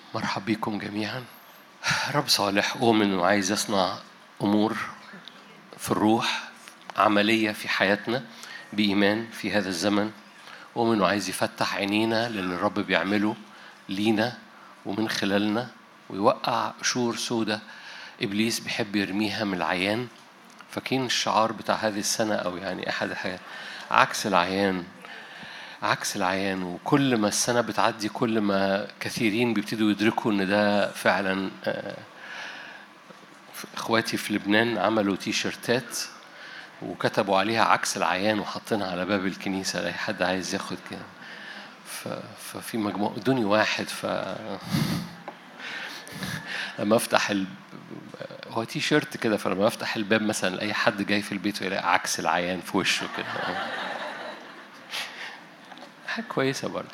مرحب بكم جميعا. رب صالح، أؤمن إنه عايز يصنع أمور في الروح عملية في حياتنا بإيمان في هذا الزمن. أؤمن إنه عايز يفتح عينينا للي الرب بيعمله لينا ومن خلالنا، ويوقع قشور سودة إبليس بيحب يرميها من العيان. فاكرين الشعار بتاع هذه السنة، أو يعني أحد الحاجات عكس العيان. عكس العيان. وكل ما السنة بتعدي كل ما كثيرين بيبتدوا يدركوا إن ده فعلا. إخواتي في لبنان عملوا تيشرتات وكتبوا عليها عكس العيان وحطينها على باب الكنيسة لأي حد عايز ياخد كده. ففي مجموعة دوني واحد لما أفتح هو تيشرت كده، فلما أفتح الباب مثلا لأي حد جاي في البيت ويلاقي عكس العيان في وشه كده. حاجة كويسة برضه.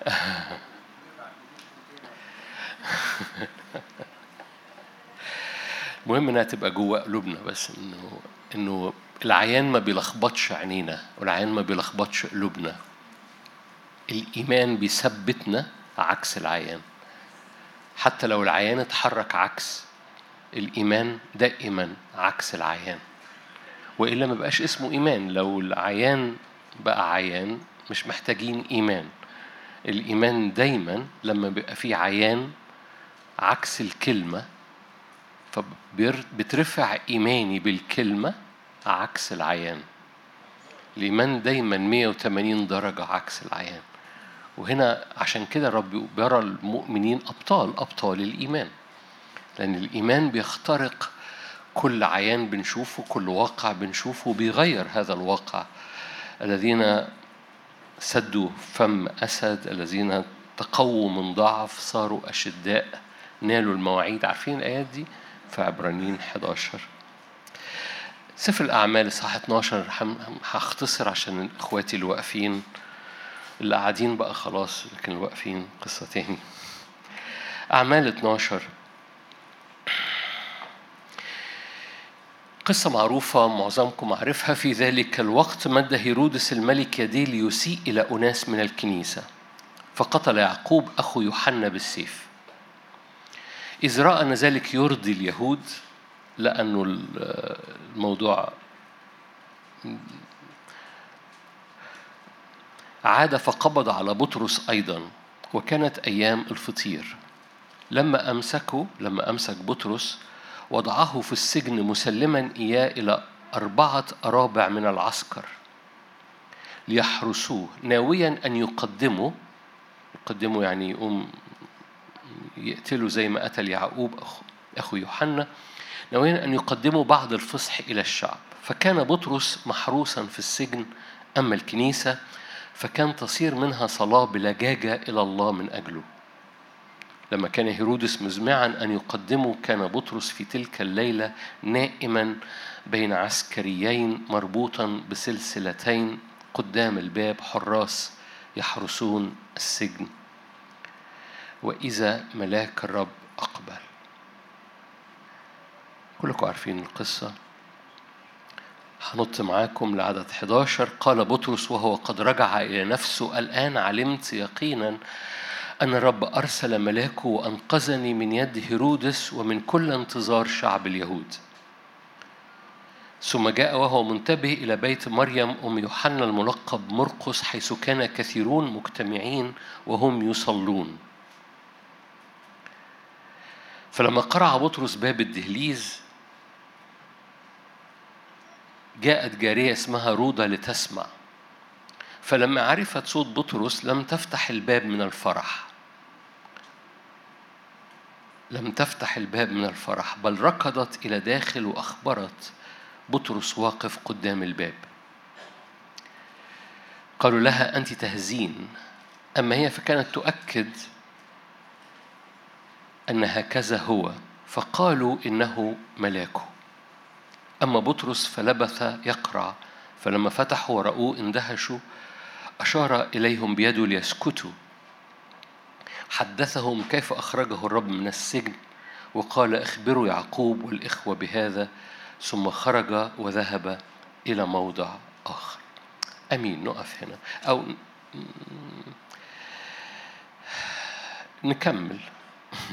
مهم انها تبقى جوه قلوبنا، بس انه العيان ما بيلخبطش عينينا، والعيان ما بيلخبطش قلوبنا. الايمان بيثبتنا عكس العيان. حتى لو العيان اتحرك عكس الايمان، دائما عكس العيان، والا ما بقاش اسمه ايمان. لو العيان بقى عيان مش محتاجين ايمان. الايمان دايما لما بيبقى فيه عيان عكس الكلمه، فبترفع إيماني بالكلمة عكس العيان. الإيمان دايما 180 درجة عكس العيان. وهنا عشان كده الرب بيرى المؤمنين أبطال الإيمان، لأن الإيمان بيخترق كل عيان بنشوفه، كل واقع بنشوفه، بيغير هذا الواقع. الذين سدوا فم أسد، الذين تقووا من ضعف صاروا أشداء، نالوا المواعيد. عارفين الآيات دي في عبرانيين 11. سفر الأعمال إصحاح 12 هختصر عشان إخواتي اللي واقفين، اللي قاعدين بقى خلاص، لكن اللي واقفين قصة تاني. أعمال 12 قصة معروفة، معظمكم عارفها. في ذلك الوقت مد هيرودس الملك يديه ليسيء إلى أناس من الكنيسة، فقتل يعقوب أخو يوحنا بالسيف. إذ رأى أن ذلك يرضي اليهود، لأنه الموضوع عاد فقبض على بطرس أيضا، وكانت أيام الفطير. لما أمسك بطرس وضعه في السجن مسلما إياه إلى 4 أرابع من العسكر ليحرسوه، ناويا أن يقدموا يعني يقوم يقتلوا زي ما قتل يعقوب أخو يوحنا، ناويا أن يقدموا بعض الفصح إلى الشعب. فكان بطرس محروسا في السجن، أما الكنيسة فكان تصير منها صلاة بلجاجة إلى الله من أجله. لما كان هيرودس مزمعا أن يقدمه، كان بطرس في تلك الليلة نائما بين عسكريين مربوطا بسلسلتين قدام الباب، حراس يحرسون السجن. وإذا ملاك الرب أقبل. كلكم عارفين القصة، هنط معاكم لعدد 11. قال بطرس وهو قد رجع إلى نفسه: الآن علمت يقينا أن الرب أرسل ملاكه وأنقذني من يد هيرودس ومن كل انتظار شعب اليهود. ثم جاء وهو منتبه إلى بيت مريم أم يوحنا الملقب مرقس، حيث كان كثيرون مجتمعين وهم يصلون. فلما قرع بطرس باب الدهليز، جاءت جارية اسمها رودة لتسمع. فلما عرفت صوت بطرس لم تفتح الباب من الفرح، بل ركضت إلى داخل وأخبرت بطرس واقف قدام الباب. قالوا لها: أنت تهزين. أما هي فكانت تؤكد أن هكذا هو، فقالوا إنه ملاكه. أما بطرس فلبث يقرع، فلما فتحوا ورأوه اندهشوا. أشار إليهم بيده ليسكتوا. حدثهم كيف أخرجه الرب من السجن، وقال: اخبروا يعقوب والإخوة بهذا. ثم خرج وذهب إلى موضع آخر. أمين. نقف هنا أو نكمل.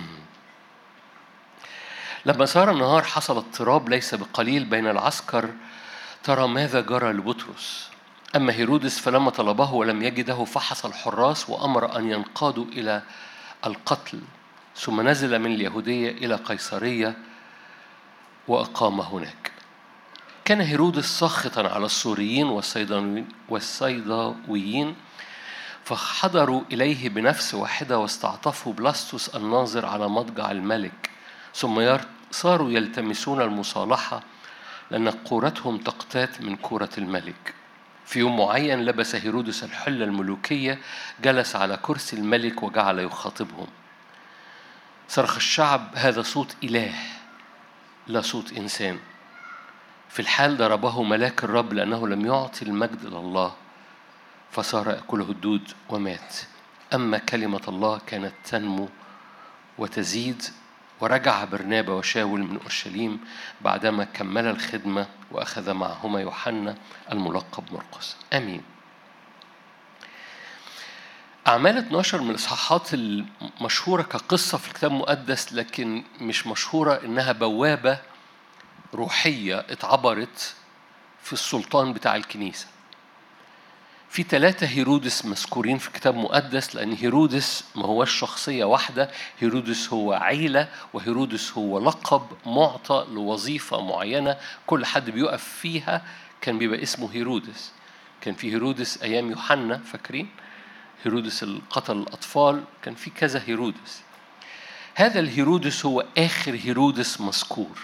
لما صار النهار حصل اضطراب ليس بقليل بين العسكر. ترى ماذا جرى لبطرس؟ أما هيرودس فلما طلبه ولم يجده فحص الحراس وأمر أن ينقادوا إلى القتل، ثم نزل من اليهودية إلى قيصرية وأقام هناك. كان هيرودس ساخطا على السوريين والصيداويين، فحضروا إليه بنفس واحدة واستعطفوا بلاستوس الناظر على مضجع الملك، ثم صاروا يلتمسون المصالحة لأن كورتهم تقتات من كورة الملك. في يوم معين لبس هيرودس الحلة الملوكية، جلس على كرسي الملك وجعل يخاطبهم. صرخ الشعب: هذا صوت إله لا صوت إنسان. في الحال ضربه ملاك الرب لأنه لم يعطي المجد لله، فصار يأكله الدود ومات. أما كلمة الله كانت تنمو وتزيد. ورجع برنابا وشاول من أورشليم بعدما كمل الخدمة، وأخذ معهما يوحنا الملقب مرقس. آمين. أعمال 12 من الإصحاحات المشهورة كقصة في الكتاب المقدس، لكن مش مشهورة إنها بوابة روحية اتعبرت في السلطان بتاع الكنيسة. في 3 هيرودس مذكورين في الكتاب المقدس، لأن هيرودس ما هوش شخصية واحدة، هيرودس هو عيلة، وهيرودس هو لقب معطى لوظيفة معينة كل حد بيقف فيها كان بيبقى اسمه هيرودس. كان في هيرودس أيام يوحنا، فاكرين؟ هيرودس القتل الأطفال، كان في كذا هيرودس. هذا الهيرودس هو آخر هيرودس مذكور.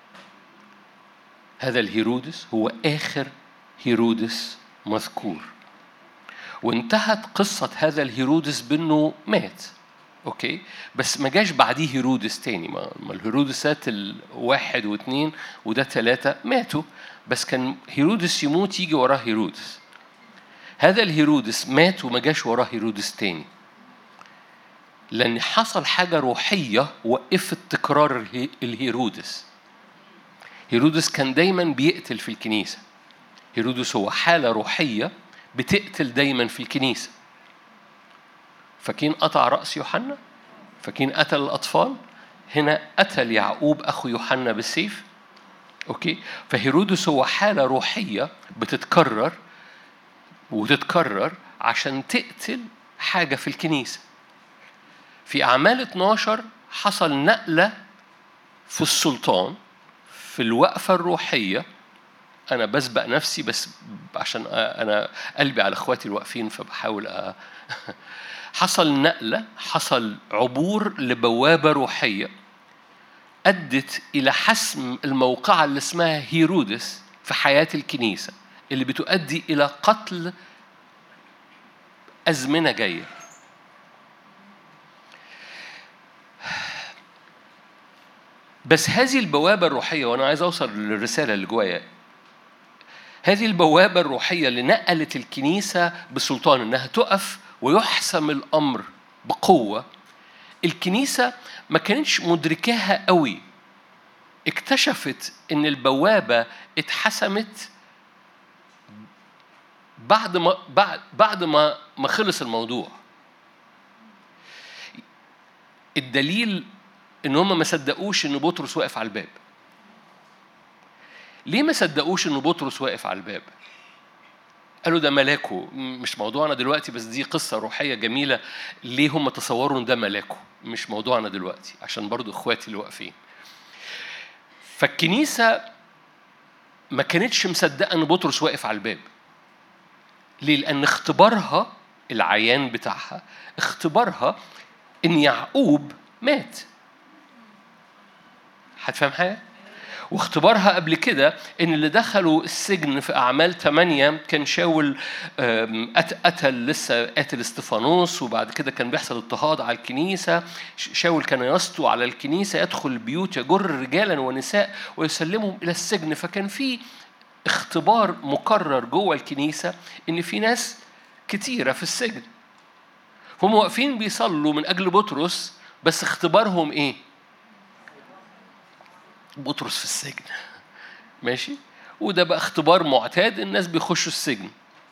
هذا الهيرودس هو آخر هيرودس مذكور، وانتهت قصة هذا الهيرودس بأنه مات. أوكي، بس ما جاش بعديه هيرودس تاني. ما الهيرودسات 1 و2 وده 3 ماتوا، بس كان هيرودس يموت يجي وراه هيرودس. هذا الهيرودس مات وما جاش وراه هيرودس تاني، لأن حصل حاجة روحية وقفت تكرار الهيرودس. هيرودس كان دايما بيقتل في الكنيسة. هيرودس هو حالة روحية بتقتل دايما في الكنيسة. فكين قطع رأس يوحنا، فكين قتل الأطفال، هنا قتل يعقوب أخو يوحنا بالسيف. أوكي، فهيرودس هو حالة روحية بتتكرر وتتكرر عشان تقتل حاجة في الكنيسة. في أعمال 12 حصل نقلة في السلطان، في الوقفة الروحية. أنا بسبق نفسي بس عشان أنا قلبي على إخواتي الواقفين، فبحاول حصل نقلة، حصل عبور لبوابة روحية أدت إلى حسم الموقعة اللي اسمها هيرودس في حياة الكنيسة، اللي بتؤدي إلى قتل أزمنة جاية. بس هذه البوابة الروحية، وأنا عايز أوصل للرسالة اللي جوايا، هذه البوابة الروحية اللي نقلت الكنيسة بسلطان إنها تقف ويحسم الأمر بقوة. الكنيسة ما كانتش مدركاها قوي، اكتشفت إن البوابة اتحسمت بعد ما خلص الموضوع. الدليل إن هم ما صدقوش إن بطرس واقف على الباب. ليه ما صدقوش إن بطرس واقف على الباب؟ قالوا ده ملاكه. مش موضوعنا دلوقتي، بس دي قصة روحية جميلة. ليه هم تصوروا إن ده ملاكه؟ مش موضوعنا دلوقتي، عشان برضو إخواتي اللي واقفين. فالكنيسة ما كانتش مصدقة إن بطرس واقف على الباب. ليه؟ لأن اختبارها العيان بتاعها، اختبارها إن يعقوب مات. هتفهم حاجة؟ واختبارها قبل كده إن اللي دخلوا السجن في أعمال 8 كان شاول قتل لسه قاتل استفانوس، وبعد كده كان بيحصل اضطهاد على الكنيسة. شاول كان يسطو على الكنيسة، يدخل البيوت يجر رجالا ونساء ويسلمهم إلى السجن. فكان في اختبار مكرر جوه الكنيسة إن في ناس كتيرة في السجن، هم واقفين بيصلوا من أجل بطرس، بس اختبارهم إيه؟ بطرس في السجن. ماشي؟ وده بقى اختبار معتاد، الناس بيخشوا السجن.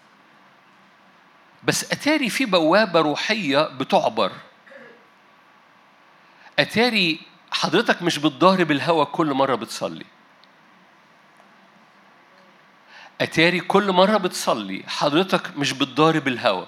بس أتاري في بوابة روحية بتعبر. أتاري حضرتك مش بتضارب الهوا كل مرة بتصلي. أتاري كل مرة بتصلي حضرتك مش بتضارب الهوا.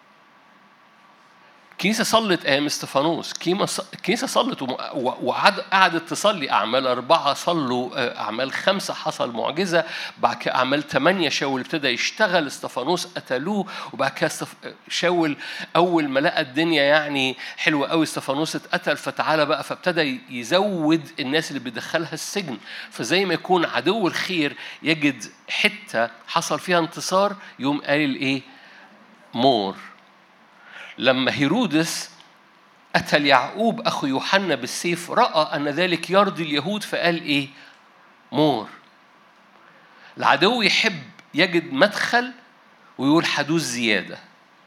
الكنيسة صلت أيام استفانوس، الكنيسة صلت وقعدت تصلي. أعمال 4 صلوا، أعمال 5 حصل معجزة، بعد كده أعمال 8 شاول ابتدى يشتغل، استفانوس قتلوه، وبعد كده شاول أول ما لقى الدنيا يعني حلوة قوي استفانوس اتقتل، فتعالى بقى فابتدى يزود الناس اللي بيدخلها السجن. فزي ما يكون عدو الخير يجد حتة حصل فيها انتصار يوم قال إيه؟ مور. لما هيرودس قتل يعقوب أخو يوحنا بالسيف رأى أن ذلك يرضي اليهود فقال إيه؟ مور. العدو يحب يجد مدخل ويقول حدوث زيادة.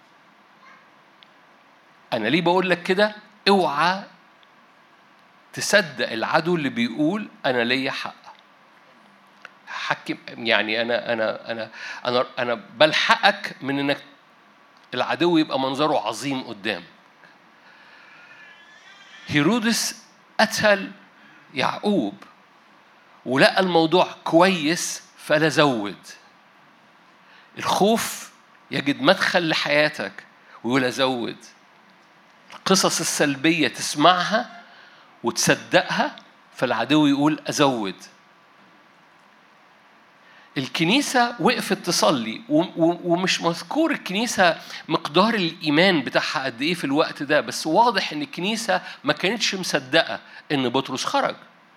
أنا ليه بقول لك كده؟ اوعى تصدق العدو اللي بيقول أنا ليا حق. حكم يعني أنا بلحقك من إنك العدو يبقى منظره عظيم قدام. هيرودس قتل يعقوب ولقى الموضوع كويس فلا زود. الخوف يجد مدخل لحياتك ويقول أزود. القصص السلبية تسمعها وتصدقها فالعدو يقول أزود. الكنيسة وقفت تصلي ومش مذكور الكنيسة مقدار الإيمان بتاعها قد إيه في الوقت ده، بس واضح إن الكنيسة ما كانتش مصدقة إن بطرس خرج.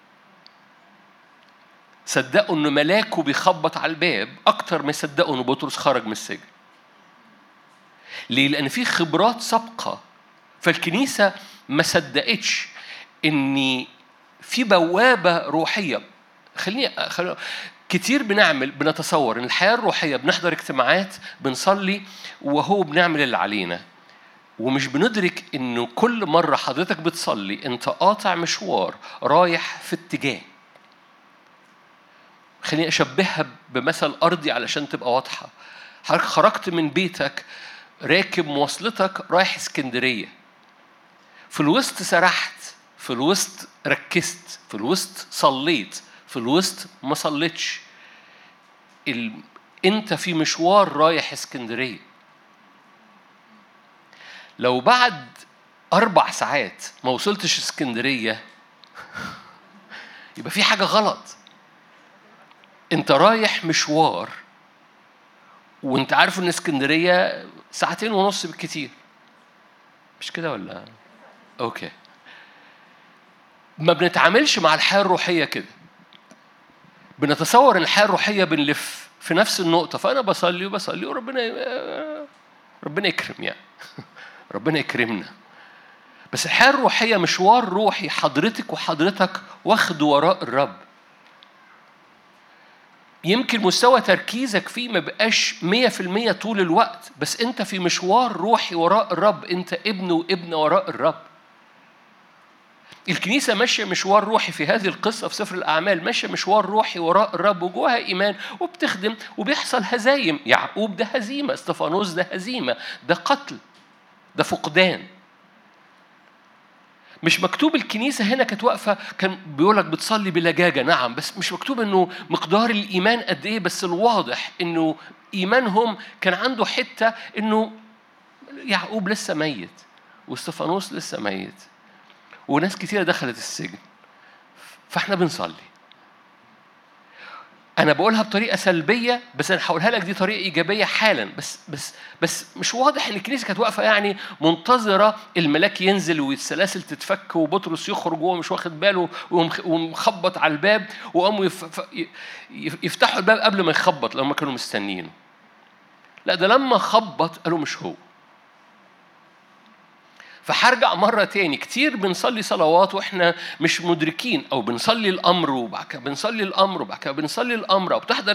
صدقوا إن ملاكه بيخبط على الباب أكتر ما صدقوا إن بطرس خرج من السجن. ليه؟ لأن في خبرات سابقة. فالكنيسة ما صدقتش إن في بوابة روحية. خليني كتير بنتصور إن الحياة الروحية بنحضر اجتماعات بنصلي وهو بنعمل اللي علينا، ومش بندرك إنه كل مرة حضرتك بتصلي أنت قاطع مشوار رايح في اتجاه. خليني أشبهها بمثل أرضي علشان تبقى واضحة. حضرتك خرجت من بيتك راكب مواصلتك رايح اسكندرية، في الوسط سرحت، في الوسط ركزت، في الوسط صليت، في الوسط ما صليتش. انت في مشوار رايح اسكندرية. لو بعد 4 ساعات ما وصلتش اسكندرية يبقى في حاجة غلط. انت رايح مشوار وانت عارف ان اسكندرية 2.5 ساعات بالكتير، مش كده ولا؟ اوكي. ما بنتعاملش مع الحياة الروحية كده. بنتصور ان الحياة الروحية بنلف في نفس النقطة، فأنا بصلي ربنا يكرم يعني ربنا يكرمنا. بس الحياة الروحية مشوار روحي حضرتك وحضرتك واخد وراء الرب. يمكن مستوى تركيزك فيه ما بقاش 100% طول الوقت، بس انت في مشوار روحي وراء الرب. انت ابن وابن وراء الرب. الكنيسة ماشية مشوار روحي في هذه القصة في سفر الأعمال، ماشية مشوار روحي وراء الرب وجواها إيمان وبتخدم وبيحصل هزايم. يعقوب ده هزيمة، استفانوس ده هزيمة، ده قتل، ده فقدان. مش مكتوب الكنيسة هنا كانت واقفة كان بيقولك بتصلي بلجاجة، نعم، بس مش مكتوب إنه مقدار الإيمان قد إيه. بس الواضح إنه إيمانهم كان عنده حتة إنه يعقوب لسه ميت واستفانوس لسه ميت وناس كتيرة دخلت السجن، فاحنا بنصلي. أنا بقولها بطريقة سلبية بس أنا هقولها لك دي طريقة إيجابية حالا. بس مش واضح إن الكنيسة كانت واقفة يعني منتظرة الملاك ينزل والسلاسل تتفك وبطرس يخرج وهو مش واخد باله ومخبط على الباب وقاموا يفتحوا الباب قبل ما يخبط لما كانوا مستنيينه. لا، ده لما خبط قالوا مش هو. فهرجع مرة تاني. كتير بنصلي صلوات وإحنا مش مدركين، أو بنصلي الأمر وبعد كده بنصلي الأمر وبعد كده بنصلي الأمر، أو بتحضر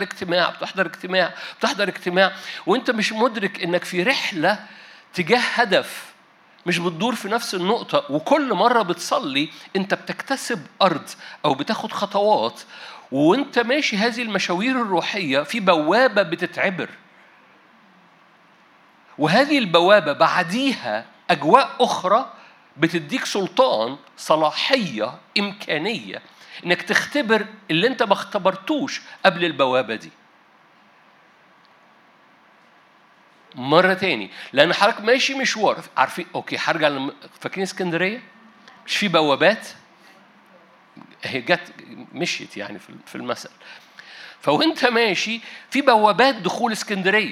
اجتماع وإنت مش مدرك إنك في رحلة تجاه هدف، مش بتدور في نفس النقطة. وكل مرة بتصلي أنت بتكتسب أرض أو بتاخد خطوات، وإنت ماشي هذه المشاوير الروحية في بوابة بتتعبر، وهذه البوابة بعديها أجواء أخرى بتديك سلطان، صلاحية، إمكانية إنك تختبر اللي أنت ما اختبرتوش قبل البوابة دي. مرة تاني، لأن حضرتك ماشي مشوار، عارفين؟ أوكي، هرجع فاكرين اسكندرية؟ مش في بوابات؟ هي جت مشيت يعني في المثل. فوانت ماشي في بوابات دخول اسكندرية،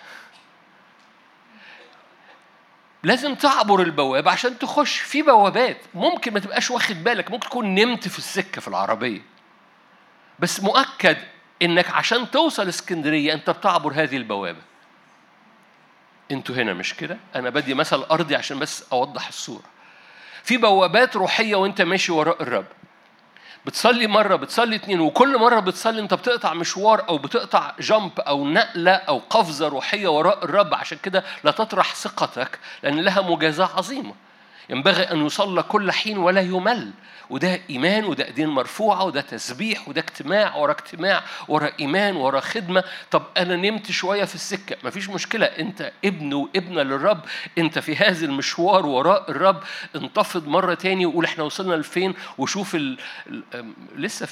لازم تعبر البوابة عشان تخش. في بوابات ممكن ما تبقاش واخد بالك، ممكن تكون نمت في السكة في العربية، بس مؤكد إنك عشان توصل اسكندرية أنت بتعبر هذه البوابة. أنتوا هنا مش كده؟ أنا بدي مثل أرضي عشان بس أوضح الصورة. في بوابات روحية وأنت ماشي وراء الرب، بتصلي مرة، بتصلي اتنين، وكل مرة بتصلي أنت بتقطع مشوار أو بتقطع جمب أو نقلة أو قفزة روحية وراء الرب. عشان كده لا تطرح ثقتك، لأن لها مجازاة عظيمة. ينبغي أن يصلى كل حين ولا يمل، وده إيمان، وده إيدين مرفوعة، وده تسبيح، وده اجتماع ورا اجتماع ورا إيمان ورا خدمة. طب أنا نمت شوية في السكة، مفيش مشكلة، أنت ابن وابنة للرب، أنت في هذا المشوار وراء الرب. انتفض مرة تاني وقول إحنا وصلنا لفين، وشوف لسه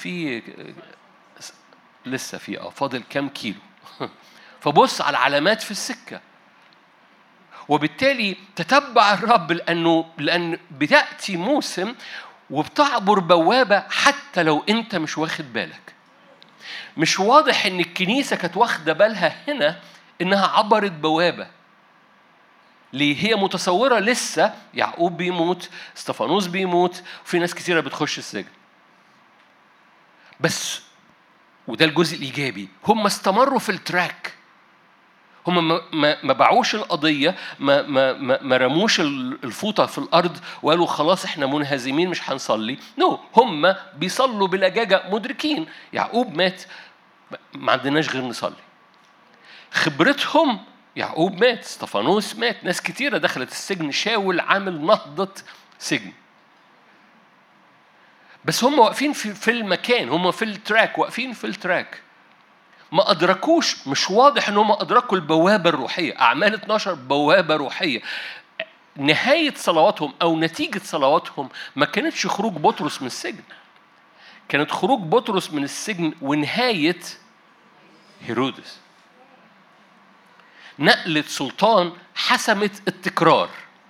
في فاضل كام كيلو. فبص على العلامات في السكة، وبالتالي تتبع الرب، لأن بتأتي موسم وبتعبر بوابة حتى لو أنت مش واخد بالك. مش واضح إن الكنيسة كانت واخدة بالها هنا إنها عبرت بوابة. ليه؟ هي متصورة لسه يعقوب بيموت، استفانوس بيموت، وفي ناس كثيرة بتخش السجن. بس وده الجزء الإيجابي، هم استمروا في التراك. هم ما باعوش القضية، ما رموش الفوطة في الأرض وقالوا خلاص إحنا منهزمين مش هنصلي. هم بيصلوا بلجاجة، مدركين يعقوب مات، ما عندناش غير نصلي. خبرتهم، يعقوب مات، استفانوس مات، ناس كتيرة دخلت السجن، شاول عامل نهضة سجن. بس هم واقفين في المكان، هم في التراك، واقفين في التراك، ما أدركوش. مش واضح إنهم أدركوا البوابة الروحية. أعمال 12 بوابة روحية. نهاية صلواتهم أو نتيجة صلواتهم ما كانتش خروج بطرس من السجن، كانت خروج بطرس من السجن ونهاية هيرودس. نقلة سلطان حسمت التكرار.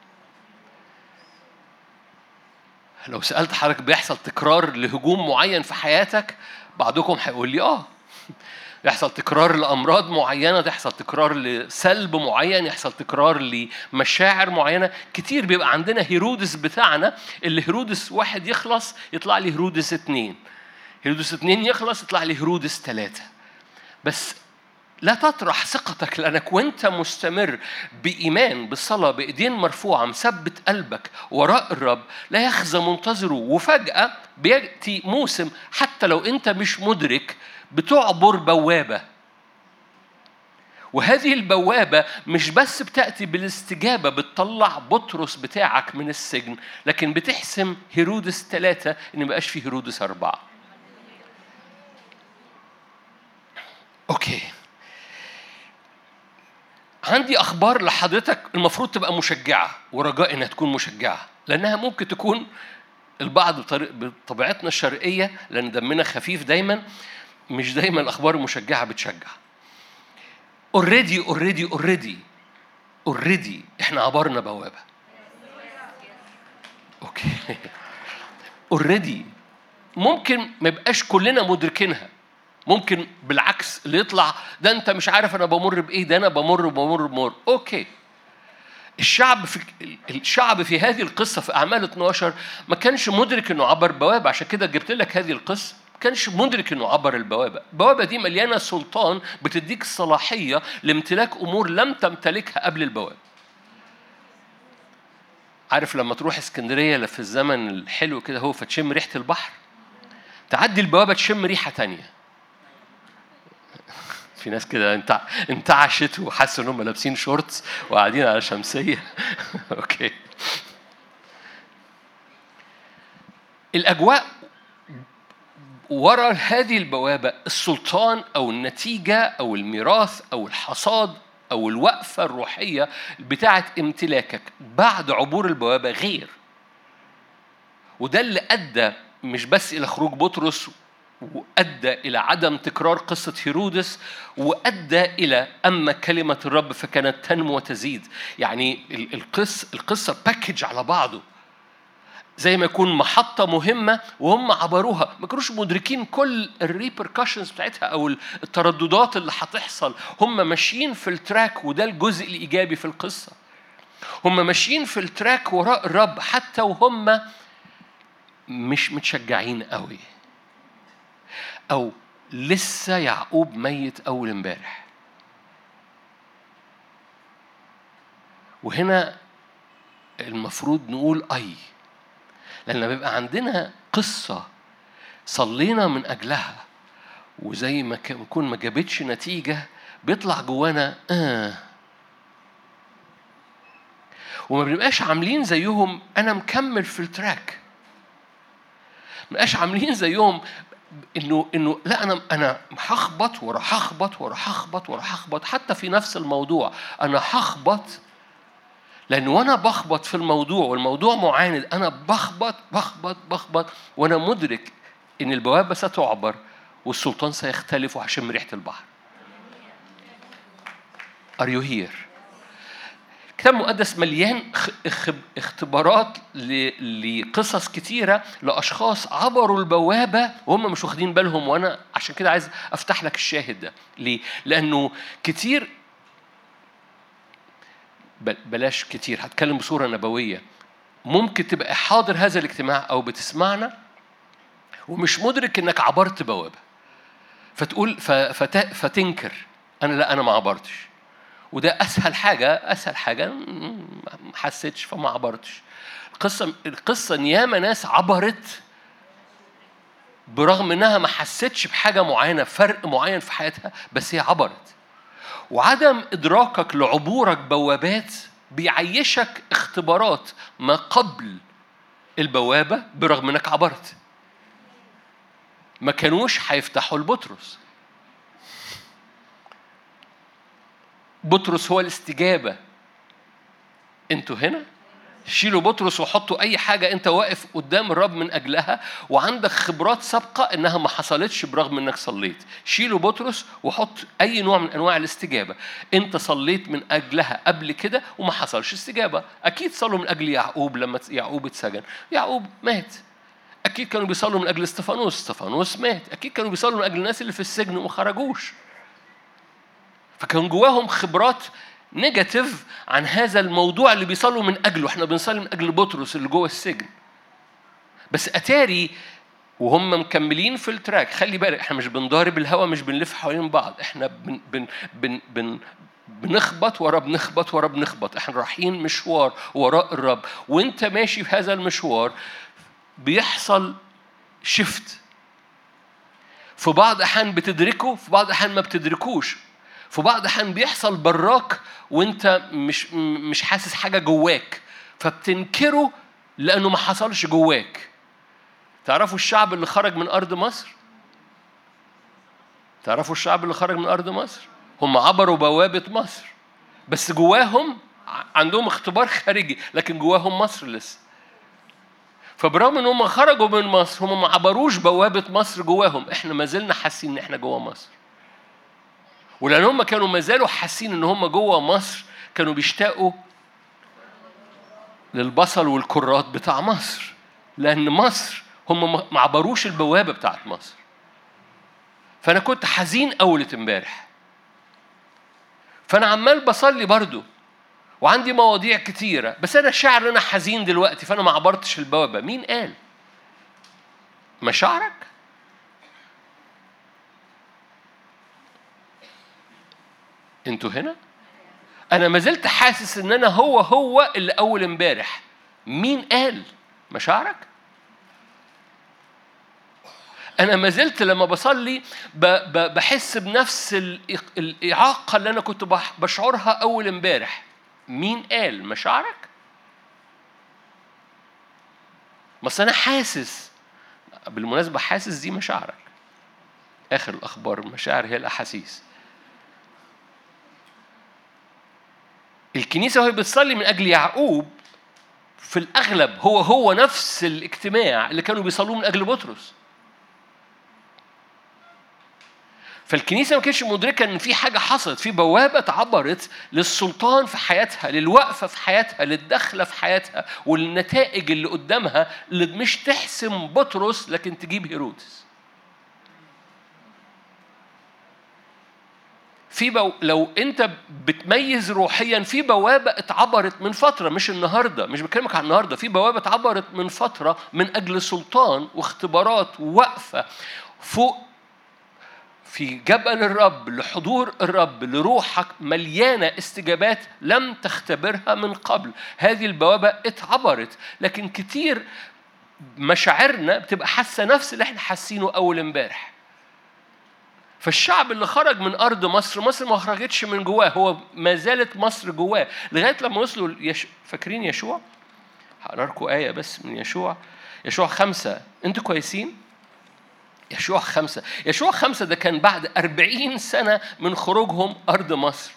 لو سألت حضرتك بيحصل تكرار لهجوم معين في حياتك، بعضكم هيقول لي يحصل تكرار لأمراض معينة، يحصل تكرار لسلب معين، يحصل تكرار لمشاعر معينة. كتير بيبقى عندنا هيرودس بتاعنا، اللي هيرودس 1 يخلص يطلع لي هيرودس 2، هيرودس 2 يخلص يطلع لي هيرودس 3. بس لا تطرح ثقتك، لأنك وانت مستمر بإيمان، بالصلاة، بإيدين مرفوعة، مثبت قلبك وراء الرب، لا يخزى منتظره. وفجأة بيأتي موسم حتى لو انت مش مدرك، بتعبر بوابة. وهذه البوابة مش بس بتأتي بالاستجابة، بتطلع بطرس بتاعك من السجن، لكن بتحسم هيرودس 3 إن مبقاش فيه هيرودس 4. أوكي، عندي أخبار لحضرتك المفروض تبقى مشجعة، ورجاء إنها تكون مشجعة، لأنها ممكن تكون البعض بطبيعتنا الشرقية، لأن دمنا خفيف دايما، مش دايما الأخبار المشجعة بتشجع. already إحنا عبرنا بوابة. أوكي already ممكن ما يبقاش كلنا مدركينها، ممكن بالعكس اللي يطلع ده أنت مش عارف أنا بمر بإيه، ده أنا بمر. أوكي، الشعب في هذه القصة في أعمال 12 ما كانش مدرك إنه عبر بوابة. عشان كده جبت لك هذه القصة، كانش مدرك إنه عبر البوابة. البوابة دي مليانة سلطان، بتديك الصلاحية لامتلاك أمور لم تمتلكها قبل البوابة. عارف لما تروح اسكندرية في الزمن الحلو كده هو فتشم ريحة البحر، تعدي البوابة تشم ريحة تانية. في ناس كده انتعشت وحسوا إنهم لابسين شورتس وقاعدين على شمسية. أوكي، الأجواء وراء هذه البوابة، السلطان أو النتيجة أو الميراث أو الحصاد أو الوقفة الروحية بتاعت امتلاكك بعد عبور البوابة غير. وده اللي أدى مش بس إلى خروج بطرس، وأدى إلى عدم تكرار قصة هيرودس، وأدى إلى أما كلمة الرب فكانت تنمو وتزيد. يعني القصة باكج على بعضه، زي ما يكون محطة مهمة وهم عبروها، ما كانوش مدركين كل الريبركاشنز بتاعتها أو الترددات اللي هتحصل. هم ماشيين في التراك، وده الجزء الإيجابي في القصة. هم ماشيين في التراك وراء الرب حتى وهم مش متشجعين قوي، أو لسه يعقوب ميت أول امبارح. وهنا المفروض نقول لأن بيبقى عندنا قصة صلينا من أجلها وزي ما يكون ما جابتش نتيجة، بيطلع جوانا وما بنبقاش عاملين زيهم. أنا مكمل في التراك، ما بنبقاش عاملين زيهم إنه لا، أنا هخبط وراح أخبط وراح أخبط وراح أخبط حتى في نفس الموضوع. أنا هخبط لأن وأنا بخبط في الموضوع والموضوع معاند، أنا بخبط وأنا مدرك إن البوابة ستعبر والسلطان سيختلف وهشم ريحة البحر. Are you here؟ الكتاب المقدس مليان اختبارات لقصص كتيرة لأشخاص عبروا البوابة وهم مش واخدين بالهم. وأنا عشان كده عايز أفتح لك الشاهد ده. ليه؟ لأنه كتير، بلاش كتير، هتكلم بصورة نبوية. ممكن تبقى حاضر هذا الاجتماع أو بتسمعنا ومش مدرك إنك عبرت بوابة، فتقول فتنكر أنا ما عبرتش. وده أسهل حاجة ما حسيتش فما عبرتش. القصة إن ياما ناس عبرت برغم إنها ما حسيتش بحاجة معينة، فرق معين في حياتها، بس هي عبرت. وعدم إدراكك لعبورك بوابات بيعيشك اختبارات ما قبل البوابة برغم إنك عبرت. ما كانوش هيفتحوا لبطرس. بطرس هو الاستجابة. انتوا هنا شيلوا بطرس وحطوا أي حاجة أنت واقف قدام الرب من أجلها وعندك خبرات سابقة إنها ما حصلتش برغم إنك صليت. شيلوا بطرس وحط أي نوع من أنواع الاستجابة أنت صليت من أجلها قبل كده وما حصلش استجابة. أكيد صلوا من أجل يعقوب لما يعقوب اتسجن، يعقوب مات. أكيد كانوا بيصلوا من أجل استفانوس مات. أكيد كانوا بيصلوا من أجل الناس اللي في السجن وما خرجوش. فكان جواهم خبرات نيجاتيف عن هذا الموضوع اللي بيصلوا من أجله. احنا بنصلي من أجل بطرس اللي جوه السجن، بس أتاري وهم مكملين في التراك. خلي بالك، احنا مش بنضارب الهوا، مش بنلف حوالين بعض. احنا بنخبط ورا بنخبط. احنا رايحين مشوار وراء الرب، وانت ماشي في هذا المشوار بيحصل شفت. في بعض أحيان بتدركه، في بعض أحيان ما بتدركوش. في بعض الأحيان بيحصل براك وانت مش حاسس حاجة جواك، فبتنكره لأنه ما حصلش جواك. تعرفوا الشعب اللي خرج من أرض مصر؟ تعرفوا الشعب اللي خرج من أرض مصر؟ هم عبروا بوابة مصر، بس جواهم عندهم اختبار خارجي، لكن جواهم مصر لسه. فبرغم ان هم خرجوا من مصر، هم ما عبروش بوابة مصر جواهم. احنا ما زلنا حاسين ان احنا جوا مصر. ولأن هم كانوا ما زالوا حاسين ان هم جوا مصر، كانوا بيشتاقوا للبصل والكرات بتاع مصر، لأن مصر هم ما عبروش البوابة بتاعت مصر. فأنا كنت حزين أول امبارح، فأنا عمال بصلي برضو وعندي مواضيع كتيرة، بس أنا شاعر ان أنا حزين دلوقتي، فأنا ما عبرتش البوابة. مين قال؟ مشاعرك؟ انتوا هنا؟ أنا ما زلت حاسس إن أنا هو اللي أول امبارح. مين قال؟ مشاعرك؟ أنا ما زلت لما بصلي بحس بنفس الإعاقة اللي أنا كنت بشعرها أول امبارح. مين قال؟ مشاعرك؟ بس أنا حاسس، بالمناسبة حاسس دي مشاعرك. آخر الأخبار المشاعر هي الأحاسيس. الكنيسة وهي بتصلي من أجل يعقوب في الأغلب هو نفس الاجتماع اللي كانوا بيصلوا من أجل بطرس. فالكنيسة ما كانتش مدركة إن في حاجة حصلت، في بوابة اتعبرت للسلطان في حياتها، للوقفة في حياتها، للدخلة في حياتها، والنتائج اللي قدامها اللي مش تحسم بطرس لكن تجيب هيرودس. لو أنت بتميز روحيا، في بوابة اتعبرت من فترة، مش النهاردة، مش بكلمك عن النهاردة، في بوابة اتعبرت من فترة من أجل سلطان واختبارات ووقفة فوق في جبل الرب، لحضور الرب، لروحك مليانة استجابات لم تختبرها من قبل. هذه البوابة اتعبرت، لكن كتير مشاعرنا بتبقى حاسة نفس اللي احنا حاسينه أول امبارح. فالشعب اللي خرج من أرض مصر ما خرجتش من جواه، هو ما زالت مصر جواه لغاية لما وصلوا فاكرين يشوع؟ هقرأ لكم آية بس من يشوع 5. أنتوا كويسين؟ يشوع 5 ده كان بعد 40 سنة من خروجهم أرض مصر.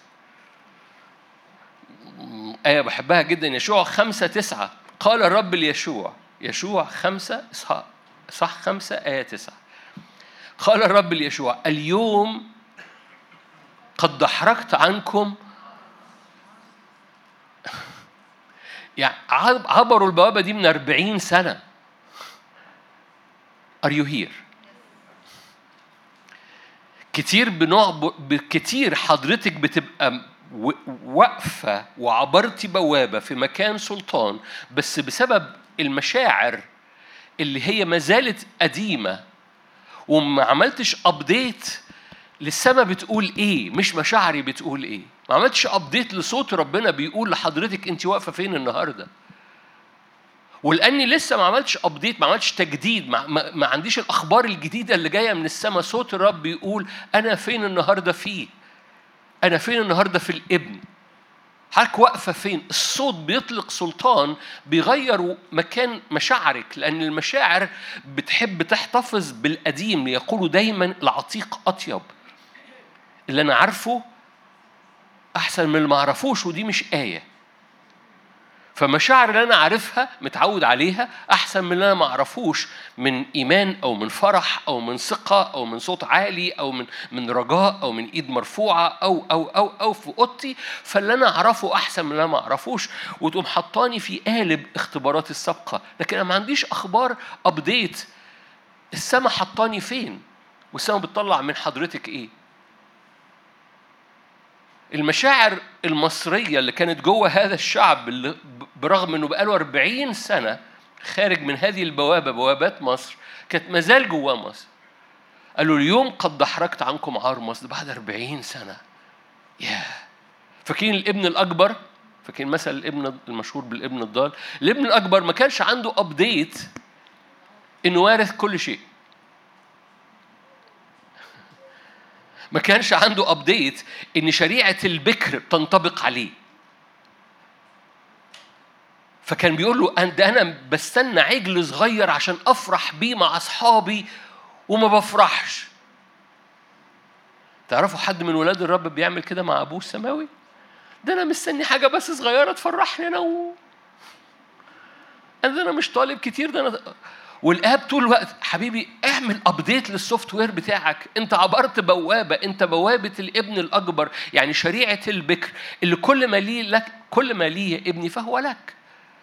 آية بحبها جدا، يشوع 5:9. قال الرب ليشوع، يشوع 5 صح 5 آية 9. قال الرب ليشوع: اليوم قد دحرجت عنكم. يعني عبروا البوابة دي من 40 سنة. Are you here؟ كتير حضرتك بتبقى واقفة وعبرتي بوابة في مكان سلطان، بس بسبب المشاعر اللي هي ما زالت قديمة وما عملتش أبديت للسما بتقول إيه، مش مشاعري بتقول إيه. ما عملتش أبديت لصوت ربنا بيقول لحضرتك أنت واقفة فين النهاردة. ولأني لسه ما عملتش أبديت، ما عملتش تجديد، ما عنديش الأخبار الجديدة اللي جاية من السماء. صوت الرب بيقول أنا فين النهاردة فيه، أنا فين النهاردة في الابن. حضرتك واقفة فين؟ الصوت بيطلق سلطان بيغير مكان مشاعرك، لأن المشاعر بتحب تحتفظ بالقديم. يقولوا دايما العتيق أطيب، اللي أنا عارفه أحسن من اللي ما أعرفوش، ودي مش آية. فمشاعر اللي أنا عارفها متعود عليها أحسن من اللي أنا ما أعرفوش، من إيمان أو من فرح أو من ثقة أو من صوت عالي أو من رجاء أو من إيد مرفوعة أو في أوضتي. فاللي أنا أعرفه أحسن من اللي أنا ما أعرفوش، وتقوم حطاني في قالب اختبارات السابقة. لكن أنا ما عنديش أخبار أبديت السما حطاني فين، والسما بتطلع من حضرتك إيه. المشاعر المصرية اللي كانت جوه هذا الشعب، اللي برغم أنه بقاله 40 سنة خارج من هذه البوابة، بوابات مصر، كانت مازال جوه مصر. قالوا اليوم قد دحرجت عنكم عار مصر بعد 40 سنة. فاكرين الابن الأكبر؟ فاكرين مثل الابن المشهور بالابن الضال؟ الابن الأكبر ما كانش عنده أبديت إنه وارث كل شيء. ما كانش عنده أبديت إن شريعة البكر تنطبق عليه. فكان بيقول له أنا بستنى عجل صغير عشان أفرح بيه مع أصحابي وما بفرحش. تعرفوا حد من ولاد الرب بيعمل كده مع أبوه السماوي؟ ده أنا مستني حاجة بس صغيرة تفرحني أنا مش طالب كتير. ده أنا والآب طول الوقت حبيبي اعمل أبديت للسوفت وير بتاعك. أنت عبرت بوابة، أنت بوابة الابن الأكبر، يعني شريعة البكر اللي كل ما لي لك، كل ما لي يا ابني فهو لك.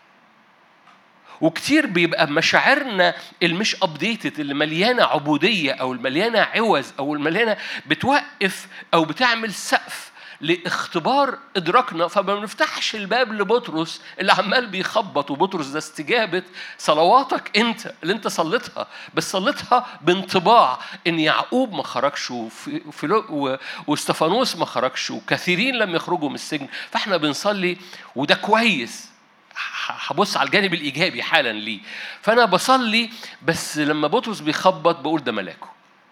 وكتير بيبقى مشاعرنا المش أبديتد، اللي مليانة عبودية أو المليانة عوز أو المليانة بتوقف أو بتعمل سقف لاختبار إدراكنا. فما بنفتحش الباب لبطرس اللي عمال بيخبط. وبطرس ده استجابة صلواتك أنت اللي أنت صليتها، بس صليتها بانطباع إن يعقوب ما خرجش واستفانوس ما خرجش وكثيرين لم يخرجوا من السجن. فإحنا بنصلي وده كويس. هبص على الجانب الإيجابي حالا ليه. فأنا بصلي، بس لما بطرس بيخبط بقول ده ملاكه.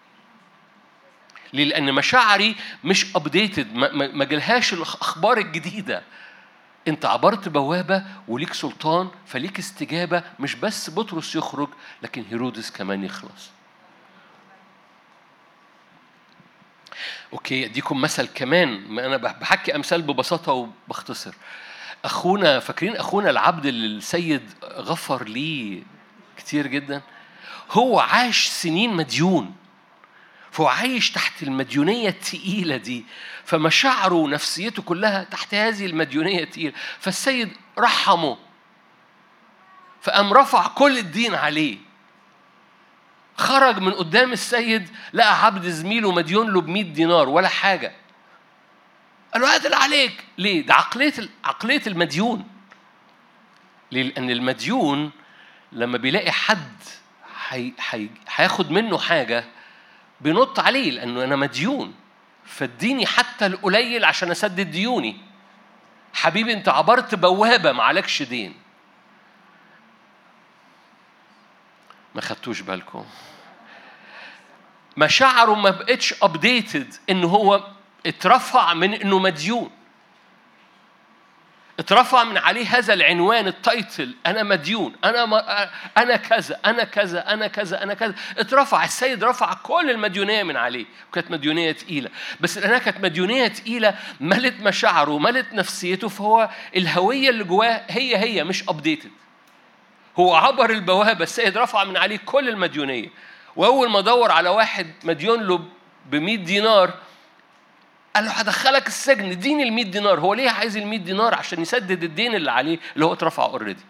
ليه؟ لأن مشاعري مش أبديتد، ما جالهاش الأخبار الجديدة. أنت عبرت بوابة وليك سلطان، فليك استجابة. مش بس بطرس يخرج، لكن هيرودس كمان يخلص. أوكي، أديكم مثل كمان. أنا بحكي أمثال ببساطة وبختصر. أخونا، فاكرين أخونا العبد اللي السيد غفر ليه كتير جدا؟ هو عاش سنين مديون، فهو عايش تحت المديونية التقيلة دي، فمشاعره ونفسيته كلها تحت هذه المديونية التقيلة. فالسيد رحمه، فقام رفع كل الدين عليه. خرج من قدام السيد لقى عبد زميله مديون له ب100 دينار ولا حاجة. قال له هات اللي عليك. ليه؟ ده عقلية المديون. ليه؟ لأن المديون لما بيلاقي حد هياخد منه حاجة بينط عليه، لأنه أنا مديون، فاديني حتى القليل عشان أسدد ديوني. حبيبي أنت عبرت بوابة، ما عليكش دين. ما خدتوش بالكم؟ مشاعره ما بقتش updated، إنه هو اترفع من إنه مديون، اترفع من عليه هذا العنوان، التايتل، أنا مديون، أنا كذا، أنا كذا، أنا كذا، أنا كذا. اترفع السيد، رفع كل المديونية من عليه، وكانت مديونية تقيلة. بس لأنها كانت مديونية تقيلة ملت مشاعره، ملت نفسيته، فهو الهوية اللي جواه هي مش updated. هو عبر البوابة، السيد رفع من عليه كل المديونية. وأول ما دور على واحد مديون له ب100 دينار قال له هدخلك السجن، اديني ال100 دينار. هو ليه عايز ال100 دينار؟ عشان يسدد الدين اللي عليه اللي هو اترفع اوريدي.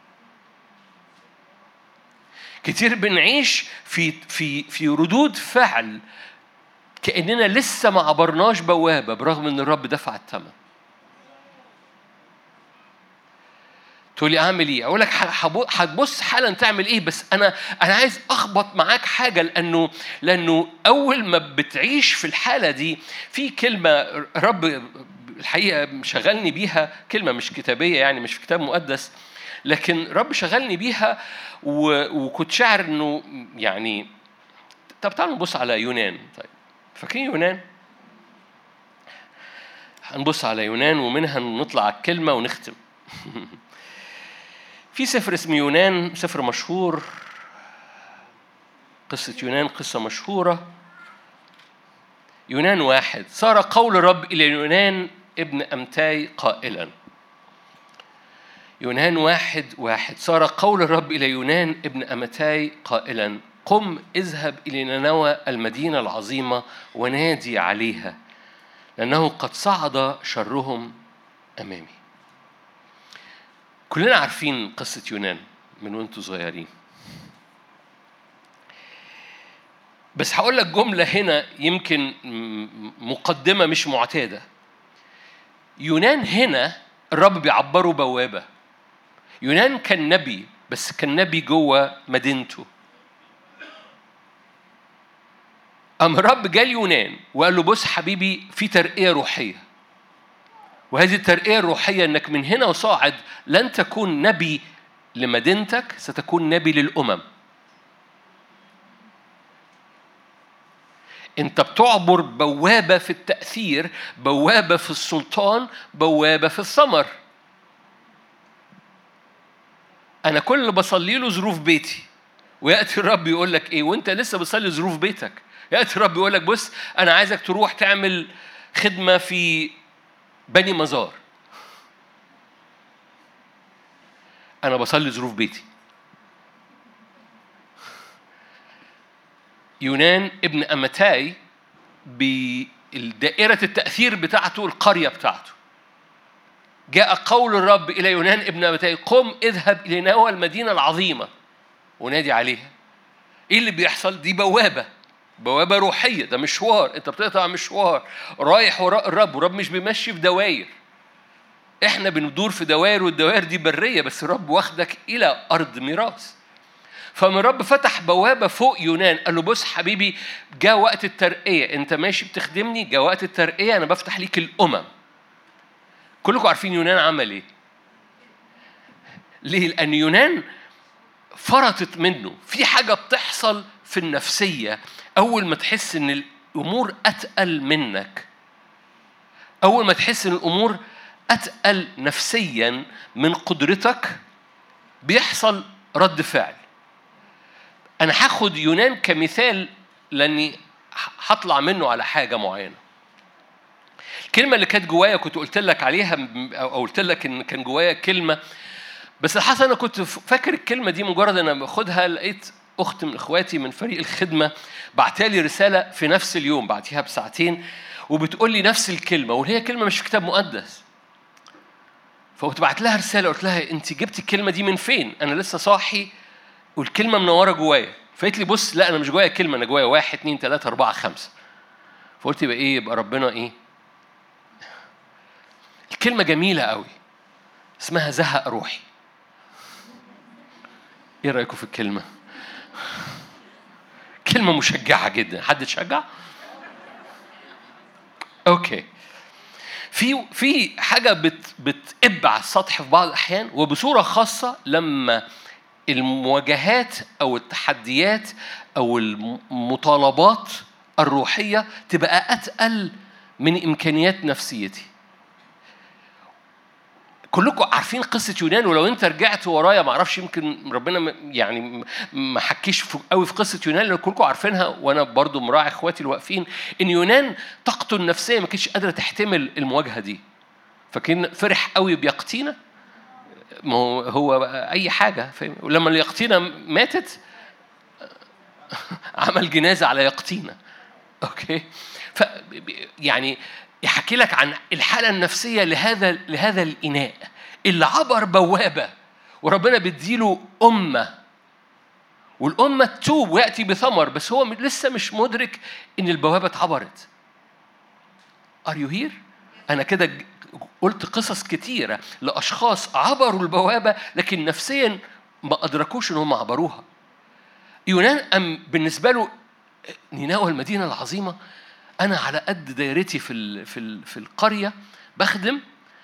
كتير بنعيش في ردود فعل كأننا لسه ما عبرناش بوابة، برغم ان الرب دفع الثمن. تقولي اعمل ايه؟ اقول لك هتبص حالا تعمل ايه، بس انا عايز اخبط معاك حاجه، لانه اول ما بتعيش في الحاله دي في كلمه رب الحقيقه شغلني بيها، كلمه مش كتابيه يعني، مش في كتاب مقدس، لكن رب شغلني بيها وكنت شاعر انه يعني. طب تعالوا نبص على يونان. طيب فاكرين يونان؟ هنبص على يونان ومنها نطلع على الكلمه ونختم. في سفر اسمه يونان، سفر مشهور، قصة يونان قصة مشهورة. يونان 1. صار قول الرب إلى يونان ابن أمتاي قائلا. يونان 1:1. صار قول الرب إلى يونان ابن أمتاي قائلا قم اذهب إلى نينوى المدينة العظيمة ونادي عليها لأنه قد صعد شرهم أمامي. كلنا عارفين قصة يونان من وانتوا صغيرين، بس هقول لك جملة هنا يمكن مقدمة مش معتادة. يونان هنا الرب بيعبره بوابة. يونان كان نبي، بس كان نبي جوه مدينته. أما الرب جال يونان وقال له بص حبيبي، في ترقية روحية، وهذه الترقية الروحية أنك من هنا وصاعد لن تكون نبي لمدينتك، ستكون نبي للأمم. أنت بتعبر بوابة في التأثير، بوابة في السلطان، بوابة في الثمر. أنا كل اللي بصلي له ظروف بيتي، ويأتي الرب يقول لك إيه وأنت لسه بتصلي ظروف بيتك؟ يأتي الرب يقول لك بص أنا عايزك تروح تعمل خدمة في بني مزار. أنا بصلي ظروف بيتي. يونان ابن أمتاي بالدائرة التأثير بتاعته، القرية بتاعته، جاء قول الرب إلى يونان ابن أمتاي قم اذهب إلى نينوى المدينة العظيمة ونادي عليها. إيه اللي بيحصل؟ دي بوابة روحية، ده مشوار. أنت بتقطع مشوار رايح وراء الرب، والرب مش بيمشي في دوائر. إحنا بندور في دوائر، والدوائر دي برية، بس الرب واخدك إلى أرض ميراث. فمن الرب فتح بوابة فوق يونان، قال له بص حبيبي، جاء وقت الترقية، أنت ماشي بتخدمني، جاء وقت الترقية، أنا بفتح ليك الأمم. كلكم عارفين يونان عمل إيه؟ ليه؟ لأن يونان فرطت منه في حاجة بتحصل في النفسية. أول ما تحس إن الأمور أتقل منك، أول ما تحس إن الأمور أتقل نفسيا من قدرتك، بيحصل رد فعل. أنا هاخد يونان كمثال لأني هطلع منه على حاجة معينة. الكلمة اللي كانت جوايا كنت قلت لك عليها، أو قلت لك إن كان جوايا كلمة، بس الحقيقة أنا كنت فاكر الكلمة دي مجرد أنا باخدها. لقيت أخت من إخواتي من فريق الخدمة بعتالي رسالة في نفس اليوم بعديها بساعتين، وبتقول لي نفس الكلمة، وهي كلمة مش في كتاب مقدس. فقلت بعت لها رسالة، قلت لها أنت جبتي الكلمة دي من فين؟ أنا لسه صاحي والكلمة منورة جوايا. فقالت لي بص، لا أنا مش جوايا كلمة، أنا جوايا 1 2 3 4 5. فقلت يبقى إيه؟ يبقى ربنا إيه؟ الكلمة جميلة قوي اسمها زهق روحي. إيه رأيكم في الكلمة؟ كلمة مشجعة جدا. حد تشجع؟ أوكي. في حاجة بتقب على السطح في بعض الأحيان، وبصورة خاصة لما المواجهات أو التحديات أو المطالبات الروحية تبقى أتقل من إمكانيات نفسيتي. كلكم عارفين قصة يونان، ولو أنت رجعت ورايا ما أعرفش، يمكن ربنا يعني ما حكيش قوي في قصة يونان، لأن كلكم عارفينها، وأنا برضو مراعي إخواتي الواقفين إن يونان طاقته النفسية ما كانتش قادرة تحتمل المواجهة دي، فكان فرح قوي بيقطينة. ما هو أي حاجة، فاهم؟ ولما اليقطينة ماتت عمل جنازة على يقطينة. أوكي. ف يعني يحكي لك عن الحالة النفسية لهذا الإناء اللي عبر بوابة، وربنا بيديله أمة، والأمة تتوب ويأتي بثمر، بس هو لسه مش مدرك إن البوابة اتعبرت. Are you here؟ أنا كده قلت قصص كتيرة لأشخاص عبروا البوابة لكن نفسيا ما أدركوش إنهم عبروها. يونان بالنسبة له نينوى المدينة العظيمة، أنا على قد دايرتي في القرية بخدم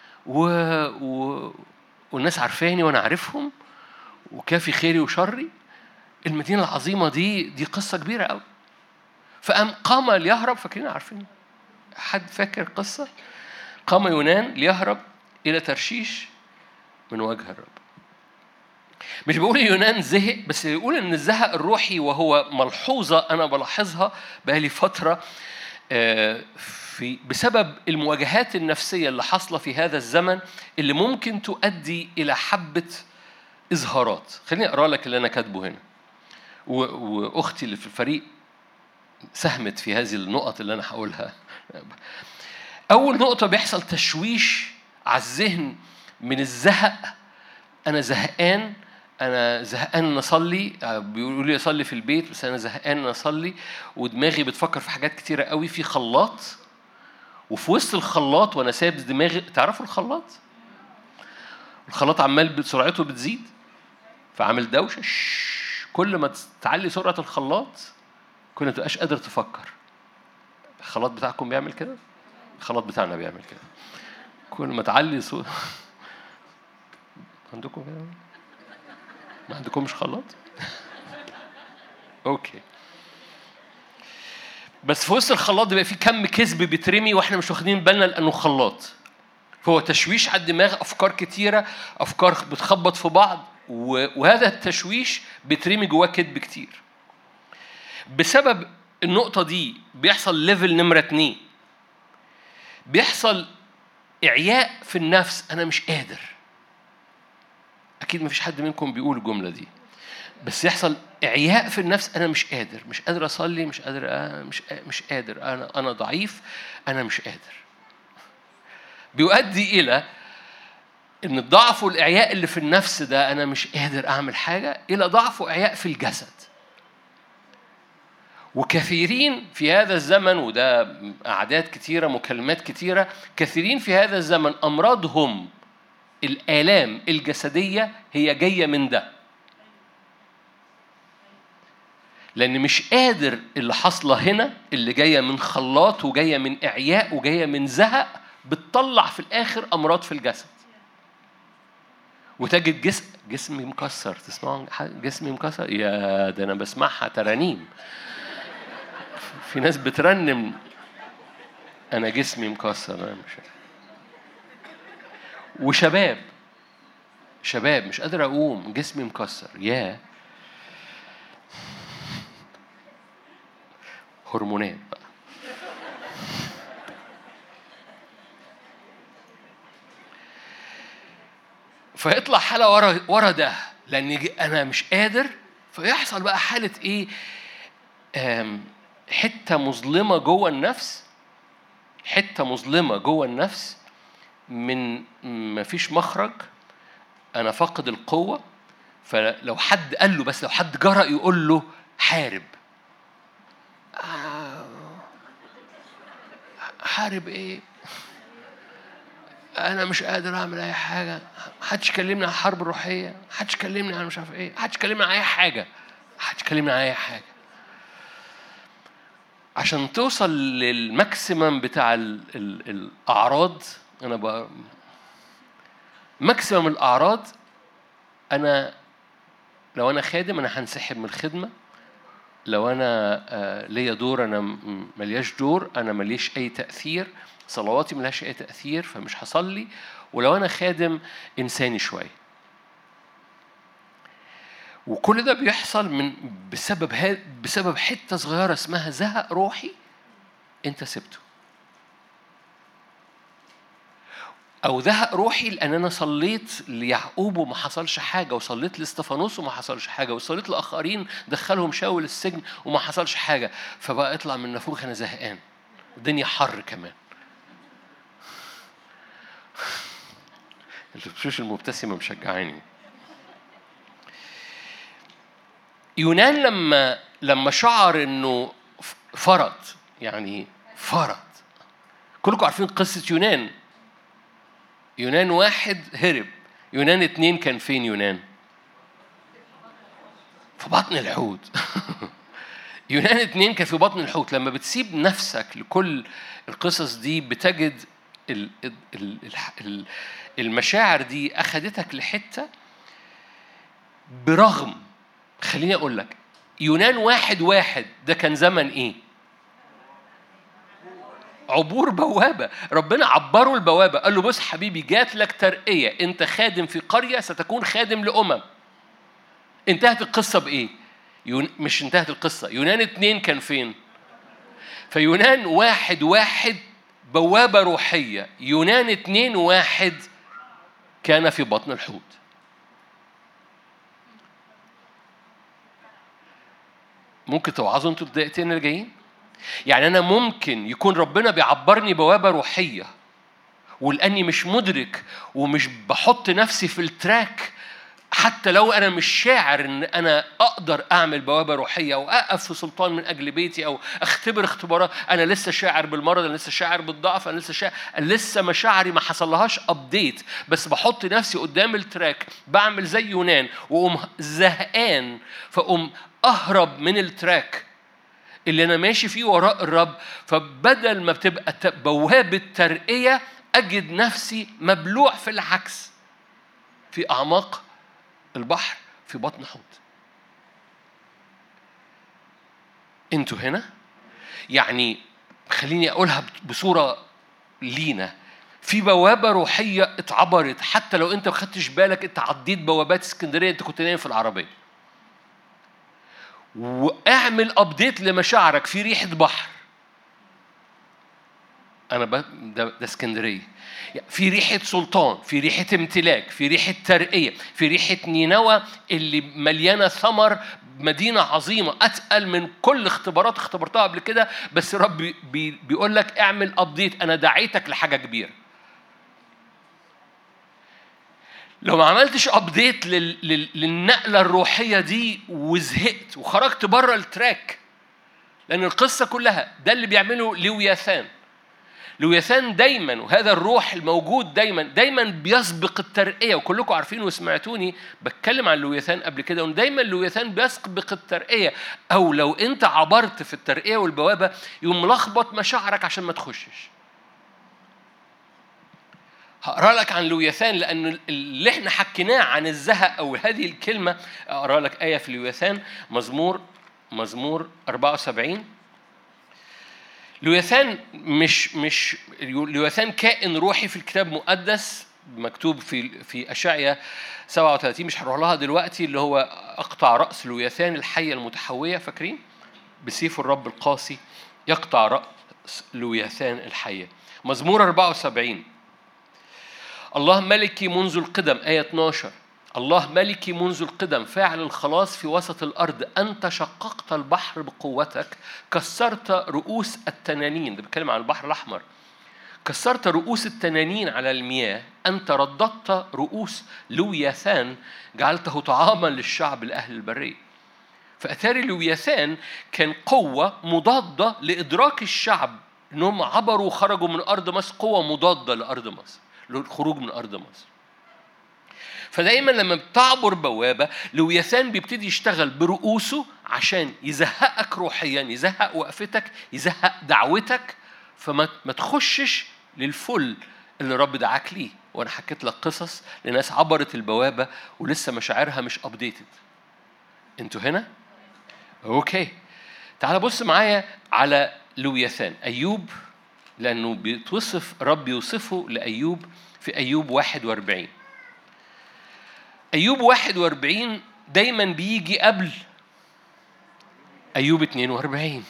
والناس عارفاني وأنا عارفهم، وكافي خيري وشري. المدينة العظيمة دي قصة كبيرة قوي. قام ليهرب. فاكرين؟ عارفين؟ حد فاكر قصة؟ قام يونان ليهرب إلى ترشيش من وجه الرب. مش بقول يونان زهق، بس بيقول إن الزهق الروحي، وهو ملحوظة أنا بلاحظها بقالي فترة بسبب المواجهات النفسية اللي حاصلة في هذا الزمن، اللي ممكن تؤدي إلى حبة إظهارات. خليني أقرأ لك اللي أنا كاتبه هنا، وأختي اللي في الفريق ساهمت في هذه النقط اللي أنا هقولها. أول نقطة، بيحصل تشويش على الذهن من الزهق. أنا زهقان نصلي، بيقولوا لي أصلي في البيت، بس أنا زهقان نصلي، ودماغي بتفكر في حاجات كتيرة قوي، في خلاط، وفي وسط الخلاط وأنا سايب دماغي. تعرفوا الخلاط عمال سرعته بتزيد، فعمل دوشة. كل ما تعلي سرعة الخلاط كل ما تبقاش قادر تفكر. الخلاط بتاعكم بيعمل كده؟ الخلاط بتاعنا بيعمل كده. كل ما تعلي عندكم كده؟ ما عندكمش خلاط؟ اوكي. بس في وسط الخلاط بيبقى فيه كم كذب بيترمي واحنا مش واخدين بالنا لانه خلاط. فهو تشويش على الدماغ، افكار كتيره، افكار بتخبط في بعض، وهذا التشويش بيترمي جواه كذب كتير. بسبب النقطه دي بيحصل ليفل نمره 2، بيحصل إعياء في النفس. أنا مش قادر. أكيد مفيش حد منكم بيقول الجملة دي، بس يحصل إعياء في النفس. أنا مش قادر أصلي، مش قادر، أنا ضعيف، أنا مش قادر. بيؤدي إلى إن الضعف والإعياء اللي في النفس ده، أنا مش قادر أعمل حاجة، إلى ضعف وإعياء في الجسد. وكثيرين في هذا الزمن، وده أعداد كتيرة، مكالمات كتيرة، كثيرين في هذا الزمن أمراضهم الآلام الجسدية هي جاية من ده، لأن مش قادر. اللي حصله هنا اللي جاية من خلاط وجاية من إعياء وجاية من زهق، بتطلع في الآخر أمراض في الجسد، وتجد جسمي مكسر. تسمعون جسمي مكسر؟ يا ده أنا بسمعها ترانيم. في ناس بترنم أنا جسمي مكسر، أنا مش. وشباب مش قادر أقوم، جسمي مكسر. هرمونات بقى. فيطلع حالة ورا ده، لأن أنا مش قادر. فيحصل بقى حالة إيه؟ حتة مظلمة جوه النفس، حتة مظلمة جوه النفس، من مفيش مخرج، أنا فاقد القوة. فلو حد قال له، بس لو حد جرأ يقول له حارب، حارب إيه؟ أنا مش قادر أعمل أي حاجة. محدش كلمني عن حرب روحية، محدش كلمني عن مش عارف إيه، محدش كلمني عن أي حاجة، محدش كلمني عن أي حاجة. عشان توصل للماكسيمم بتاع الأعراض، أنا بقى ماكسيمم الأعراض. أنا لو أنا خادم أنا هنسحب من الخدمة. لو أنا ليا دور أنا ملياش دور، أنا مليش أي تأثير، صلواتي ملهاش أي تأثير فمش هصلي. ولو أنا خادم إنساني شوية، وكل ده بيحصل بسبب حتة صغيرة اسمها زهق روحي أنت سبته، أو زهق روحي لأن أنا صليت ليعقوب وما حصلش حاجة، وصليت لاستفانوس وما حصلش حاجة، وصليت لآخرين دخلهم شاول السجن وما حصلش حاجة. فبقى اطلع من نافوخ أنا زهقان، الدنيا حر كمان. الوشوش المبتسمة مشجعاني. يونان لما شعر إنه فرط، يعني فرط. كلكم عارفين قصة يونان. يونان 1 هرب، يونان 2 كان فين؟ يونان في بطن الحوت. يونان 2 كان في بطن الحوت. لما بتسيب نفسك لكل القصص دي بتجد المشاعر دي أخدتك لحتة. برغم، خليني أقول لك، يونان 1 ده كان زمن إيه؟ عبور بوابة. ربنا عبره البوابة، قال له بص حبيبي، جات لك ترقية، أنت خادم في قرية ستكون خادم لأمم. انتهت القصة بإيه؟ مش انتهت القصة. يونان 2 كان فين؟ فيونان 1 بوابة روحية. يونان 2 كان في بطن الحوت. ممكن توعظوا انتوا الدقيقتين اللي جايين؟ يعني أنا ممكن يكون ربنا بيعبرني بوابة روحية، ولأني مش مدرك ومش بحط نفسي في التراك، حتى لو أنا مش شاعر إن أنا أقدر أعمل بوابة روحية أو أقف في سلطان من أجل بيتي أو أختبر اختبارات. أنا لسه شاعر بالمرض، أنا لسه شاعر بالضعف، أنا لسه مشاعري ما حصلهاش أبديت، بس بحط نفسي قدام التراك، بعمل زي يونان وأقوم زهقان، فأقوم أهرب من التراك اللي أنا ماشي فيه وراء الرب. فبدل ما بتبقى بوابة ترقية، أجد نفسي مبلوع في العكس، في أعماق البحر، في بطن حوت. انتوا هنا؟ يعني خليني أقولها بصورة لينا، في بوابة روحية اتعبرت. حتى لو انت ما خدتش بالك، انت عديت بوابات اسكندرية، انت كنت نايم في العربية. واعمل أبديت لمشاعرك في ريحة بحر. أنا ده اسكندرية. في ريحة سلطان، في ريحة امتلاك، في ريحة ترقية، في ريحة نينوى اللي مليانة ثمر، مدينة عظيمة أتقل من كل اختبارات اختبرتها قبل كده. بس رب بيقول لك اعمل أبديت، أنا دعيتك لحاجة كبيرة. لو ما عملتش أبديت للنقلة الروحية دي وزهقت وخرجت بره التراك، لأن القصة كلها ده اللي بيعمله لوياثان. لوياثان دايما، وهذا الروح الموجود دايما بيسبق الترقية. وكلكم عارفين وسمعتوني بتكلم عن لوياثان قبل كده، ودايما لوياثان بيسبق الترقية. أو لو أنت عبرت في الترقية والبوابة يوم ملخبط مشاعرك عشان ما تخشش. هقرأ لك عن لوياثان، لأن اللي احنا حكيناه عن الزهق أو هذه الكلمة. أقرأ لك آية في لوياثان، مزمور 74. لوياثان كائن روحي في الكتاب المقدس، مكتوب في أشعياء 37. مش هروح لها دلوقتي، اللي هو أقطع رأس لوياثان الحية المتحوية. فاكرين؟ بسيف الرب القاسي يقطع رأس لوياثان الحية. مزمور 74. الله ملكي منذ القدم، آية 12. الله ملكي منذ القدم، فاعل الخلاص في وسط الأرض. أنت شققت البحر بقوتك، كسرت رؤوس التنانين. ده بيتكلم عن البحر الأحمر. كسرت رؤوس التنانين على المياه. أنت رددت رؤوس لوياثان، جعلته طعاما للشعب لأهل البرية. فأثاري لوياثان كان قوة مضادة لإدراك الشعب إنهم عبروا وخرجوا من أرض مصر، قوة مضادة لأرض مصر، للخروج من أرض مصر. فدايما لما بتعبر بوابة، لوياثان بيبتدي يشتغل برؤوسه عشان يزهقك روحيا، يزهق وقفتك، يزهق دعوتك، فما تخشش للفل اللي رب دعاك ليه. وانا حكيت لك قصص لناس عبرت البوابة ولسه مشاعرها مش ابديتد. انتوا هنا؟ اوكي، تعال بص معايا على لوياثان. ايوب، لانه بيتوصف رب يوصفه لايوب في ايوب 41. أيوب 41 دايماً بيجي قبل أيوب 42.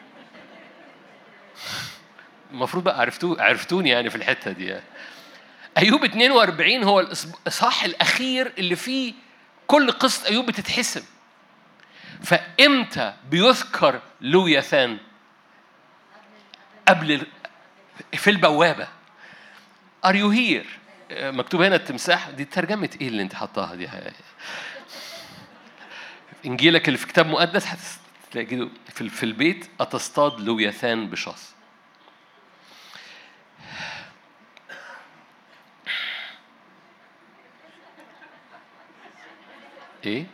المفروض بقى عرفتوني يعني في الحتة دي. أيوب 42 هو الإصحاح الأخير اللي فيه كل قصة أيوب بتتحسم. فإمتى بيذكر لوياثان؟ قبل، في البوابة. Are you here؟ مكتوب هنا التمساح. دي ترجمة إيه اللي أنت حطاها دي؟ إنجيلك اللي في كتاب مقدس هتلاقيه في البيت. أتصطاد لوياثان بشخص. إيه؟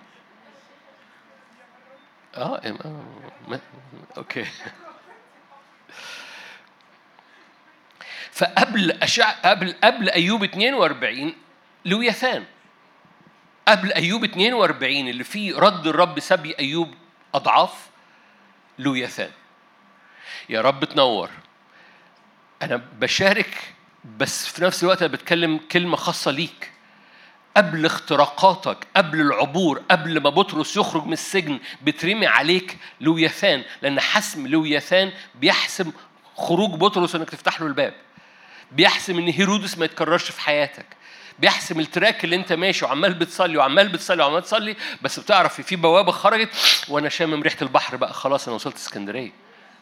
أوكي. فقبل قبل أيوب 42 لوياثان. قبل أيوب 42 اللي فيه رد الرب سبي أيوب أضعاف، لوياثان. يا رب تنور. أنا بشارك بس في نفس الوقت أنا بتكلم كلمة خاصة ليك. قبل اختراقاتك، قبل العبور، قبل ما بطرس يخرج من السجن، بترمي عليك لوياثان، لأن حسم لوياثان بيحسم خروج بطرس إنك تفتح له الباب. بيحسم إن هيرودس ما يتكررش في حياتك. بيحسم التراك اللي انت ماشي وعمال بتصلي وعمال بتصلي وعمال تصلي، بس بتعرف في بوابه خرجت وانا شامم ريحه البحر بقى، خلاص انا وصلت اسكندريه.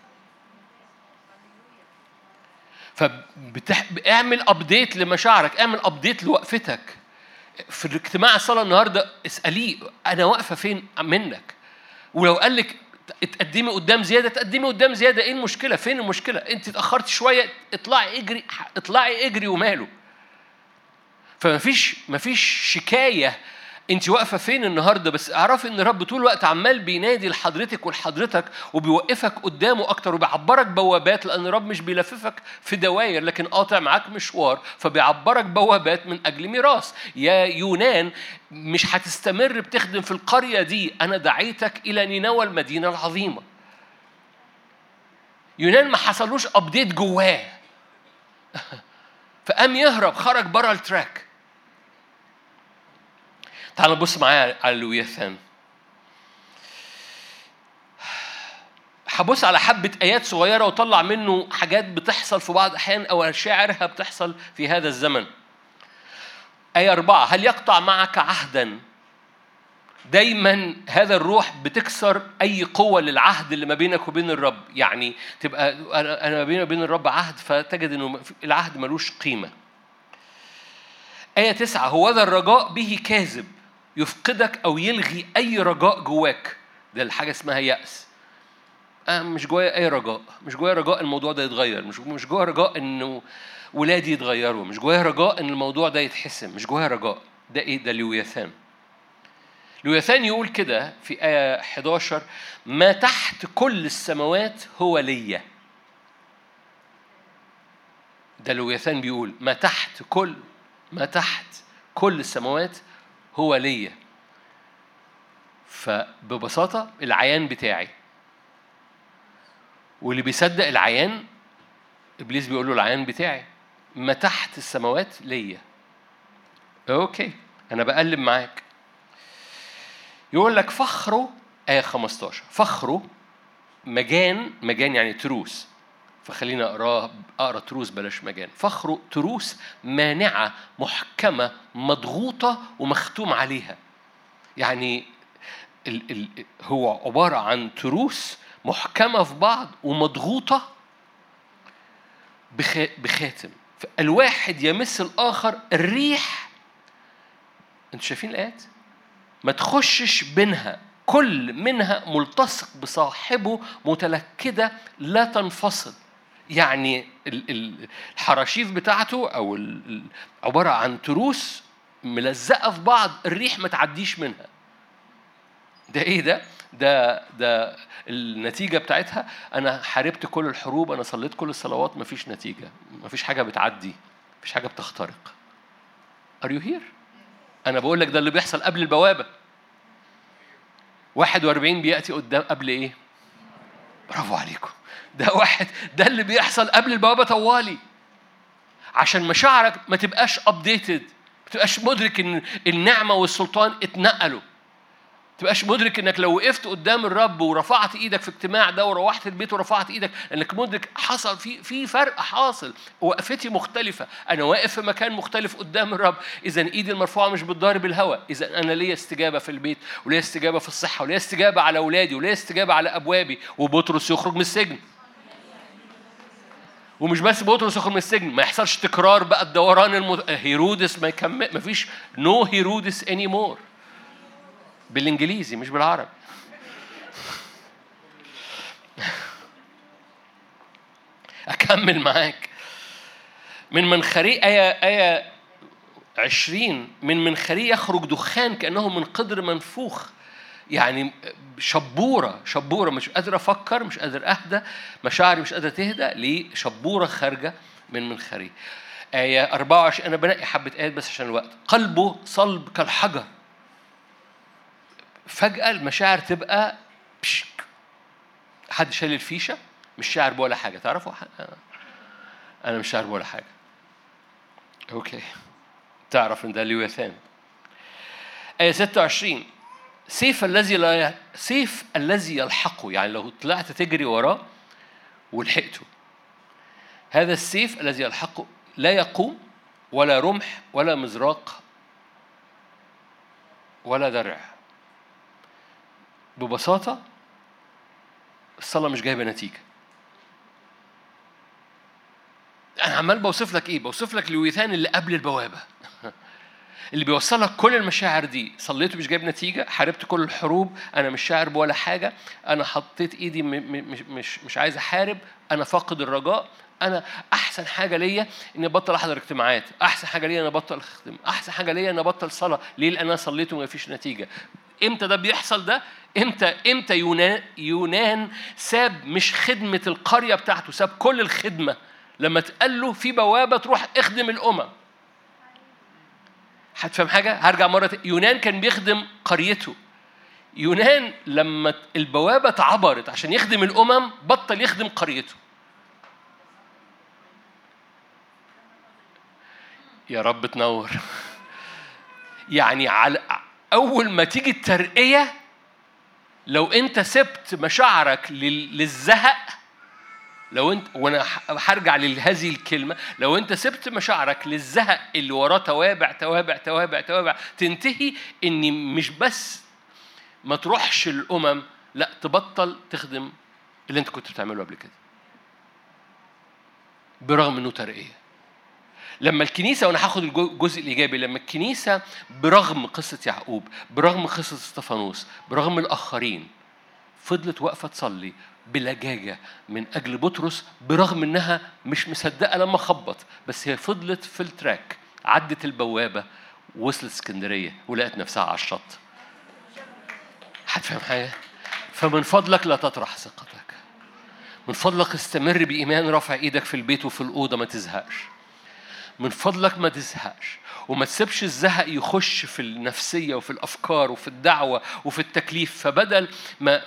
فاعمل ابديت لمشاعرك، اعمل ابديت لوقفتك. في الاجتماع الصلاه النهارده اساليه انا واقفه فين منك، ولو قال لك اتقدمي قدام زياده، تقدمي قدام زياده. ايه المشكله؟ فين المشكله؟ انت اتاخرت شويه، اطلعي اجري وماله. فمفيش شكاية انت واقفة فين النهاردة، بس اعرفي ان رب طول الوقت عمال بينادي لحضرتك ولحضرتك وبيوقفك قدامه اكتر وبيعبرك بوابات، لان رب مش بيلففك في دواير لكن قاطع معاك مشوار، فبيعبرك بوابات من اجل ميراث. يا يونان مش هتستمر بتخدم في القرية دي، انا دعيتك الى نينوى المدينة العظيمة. يونان ما حصلوش ابديت جواه فقام يهرب، خرج بره التراك. تعالوا نبص معايا على لوياثان. هبص على حبة آيات صغيرة وطلع منه حاجات بتحصل في بعض الأحيان أو شاعرها بتحصل في هذا الزمن. آية 4: هل يقطع معك عهدا؟ دايما هذا الروح بتكسر أي قوة للعهد اللي ما بينك وبين الرب. يعني تبقى أنا ما بيني وبين الرب عهد، فتجد إنه العهد ملوش قيمة. آية 9: هو ذا الرجاء به كاذب، يفقدك أو يلغي أي رجاء جواك. ده الحاجة اسمها يأس. مش جوايا أي رجاء، مش جوايا رجاء الموضوع ده يتغير، مش جوايا رجاء إنه ولادي يتغيروا، مش جوايا رجاء إن الموضوع ده يتحسم، مش جوايا رجاء. ده إيه؟ ده لوياثان. لوياثان يقول كده في آية 11: ما تحت كل السماوات هو ليا. ده لوياثان بيقول ما تحت كل السماوات هو ليا. فببساطة العيان بتاعي، واللي بيصدق العيان إبليس بيقول له العيان بتاعي ما تحت السماوات ليا. أوكي، أنا بقلب معاك. يقول لك فخره، آية 15: فخره مجان يعني تروس. فخلينا أقرأ تروس بلاش مجان. فخر تروس مانعة محكمة مضغوطة ومختوم عليها. يعني هو عبارة عن تروس محكمة في بعض ومضغوطة بخاتم. الواحد يمس الآخر، الريح انتوا شايفين الآيات ما تخشش بينها، كل منها ملتصق بصاحبه متلكدة لا تنفصل. يعني الحراشيف بتاعته أو عبارة عن تروس ملزقة في بعض، الريح ما تعديش منها. ده إيه ده النتيجة بتاعتها. أنا حاربت كل الحروب، أنا صليت كل الصلوات، مفيش نتيجة، مفيش حاجة بتعدي، مفيش حاجة بتخترق. Are you here؟ أنا بقول لك ده اللي بيحصل قبل البوابة. 41 بيأتي قدام قبل إيه؟ برافو عليكم. ده اللي بيحصل قبل البوابة طوالي، عشان مشاعرك ما تبقاش updated، ما تبقاش مدرك إن النعمة والسلطان اتنقلوا. تبقاش مدرك إنك لو وقفت قدام الرب ورفعت إيدك في اجتماع ده وروحت البيت ورفعت إيدك، إنك مدرك حصل في فرق حاصل. وقفتي مختلفة، أنا واقف في مكان مختلف قدام الرب. إذا إيدي المرفوعة مش بتضارب الهواء، إذا أنا ليا استجابة في البيت، وليا استجابة في الصحة، وليا استجابة على أولادي، وليا استجابة على أبوابي. وبطرس يخرج من السجن. ومش بس بطرس يخرج من السجن، ما يحصلش تكرار بقى الدوران هيرودس ما يكمل، ما فيش نو هيرودس anymore. بالإنجليزي مش بالعربي. أكمل معاك. من منخري آية 20، من منخري يخرج دخان كأنه من قدر منفوخ. يعني شبورة مش قادر أفكر، مش قادر أهدى، مشاعري مش قادرة تهدى. ليه؟ شبورة خارجة من منخري. آية 24، أنا بنقي حبة آيات بس عشان الوقت. قلبه صلب كالحجر. فجأة المشاعر تبقى بشك. حد شايل الفيشة مش شاعر بولا حاجة. تعرفوا أنا مش شاعر بولا حاجة. أوكي، تعرف إن ده ليوثان. آية 26، سيف الذي يلحقه. يعني لو طلعت تجري وراه ولحقته، هذا السيف الذي يلحقه لا يقوم ولا رمح ولا مزراق ولا درع. ببساطة الصلاة مش جايبة نتيجة. أنا عمال بوصف لك إيه؟ بوصف لك لويثان اللي قبل البوابة، اللي بيوصلك كل المشاعر دي. صليته مش جايب نتيجة، حاربت كل الحروب، أنا مش شاعر بولا حاجة، أنا حطيت إيدي مش عايز أحارب، أنا فاقد الرجاء. أنا أحسن حاجة ليا إني أبطل أحضر اجتماعات، أحسن حاجة ليا إني أبطل أخدم، أحسن حاجة ليا إني أبطل صلاة. ليه؟ لأن أنا صليت وما فيش نتيجة. إمتى ده بيحصل؟ ده إمتى يونان ساب مش خدمة القرية بتاعته، ساب كل الخدمة لما تقال له في بوابة تروح اخدم الأمم. هتفهم حاجة؟ هرجع مرة يونان كان بيخدم قريته. يونان لما البوابة اتعبرت عشان يخدم الأمم بطل يخدم قريته. يا رب تنور. يعني على أول ما تيجي الترقية، لو أنت سبت مشاعرك للزهق، لو أنت، وأنا هرجع لهذه الكلمة، لو أنت سبت مشاعرك للزهق اللي وراه توابع توابع توابع توابع، تنتهي إني مش بس ما تروحش الأمم، لا تبطل تخدم اللي أنت كنت بتعمله قبل كده، برغم إنه ترقية. لما الكنيسة، وأنا هاخد الجزء الإيجابي، لما الكنيسة برغم قصة يعقوب، برغم قصة استفانوس، برغم الآخرين، فضلت واقفة تصلي بلجاجة من أجل بطرس، برغم إنها مش مصدقة لما خبط، بس هي فضلت في التراك، عدت البوابة، وصلت اسكندرية ولقت نفسها على الشط. هتفهم حاجة؟ فمن فضلك لا تطرح ثقتك. من فضلك استمر بإيمان، رفع إيدك في البيت وفي الأوضة، ما تزهقش. من فضلك ما تزهقش، وما تسيبش الزهق يخش في النفسية وفي الأفكار وفي الدعوة وفي التكليف. فبدل ما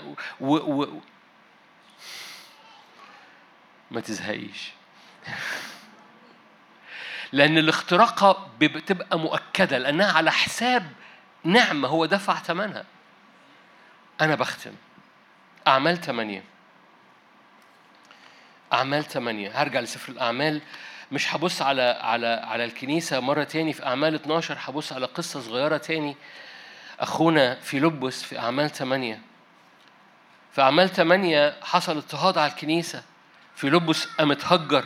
ما تزهقيش، لأن الاختراقة بتبقى مؤكدة، لأنها على حساب نعمة هو دفع ثمنها. أنا بختم أعمال 8، أعمال 8. هرجع لسفر الأعمال، مش هبص على الكنيسة مرة تاني في أعمال 12، هبص على قصة صغيرة تاني. أخونا فيلبس في أعمال 8. في أعمال 8 حصل اضطهاد على الكنيسة. فيلبس قام اتهجر.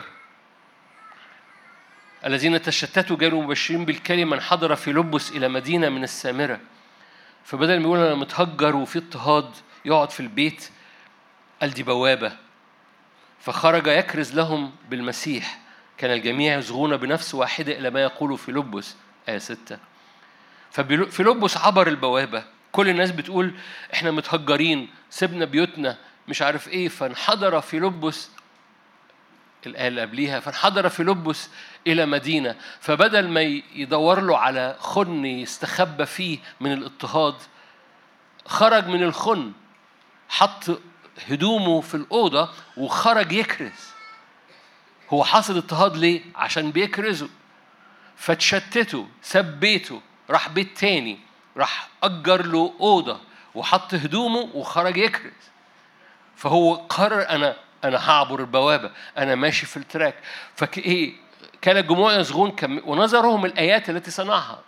الذين تشتتوا جاءوا مبشرين بالكلمة انحدر فيلبس إلى مدينة من السامرة. فبدل ما يقول أنا متهجر وفي اضطهاد يقعد في البيت، قال دي بوابة. فخرج يكرز لهم بالمسيح. كان الجميع يصغون بنفس واحدة إلى ما يقول فيلبس. آية 6. ففيلبس عبر البوابة. كل الناس بتقول إحنا متهجرين، سيبنا بيوتنا، مش عارف إيه. فانحدر فيلبس، الآية اللي قبليها، فانحدر فيلبس إلى مدينة. فبدل ما يدور له على خن يستخبى فيه من الاضطهاد، خرج من الخن، حط هدومه في الأوضة وخرج يكرز. هو حاصل اضطهاد ليه؟ عشان بيكرزوا. فتشتتوا، ساب بيته، راح بيت تاني، راح أجر له أوضة وحط هدومه وخرج يكرز. فهو قرر أنا هعبر البوابة، أنا ماشي في التراك. فإيه؟ كان الجموع يصغون ونظرهم الآيات التي صنعها.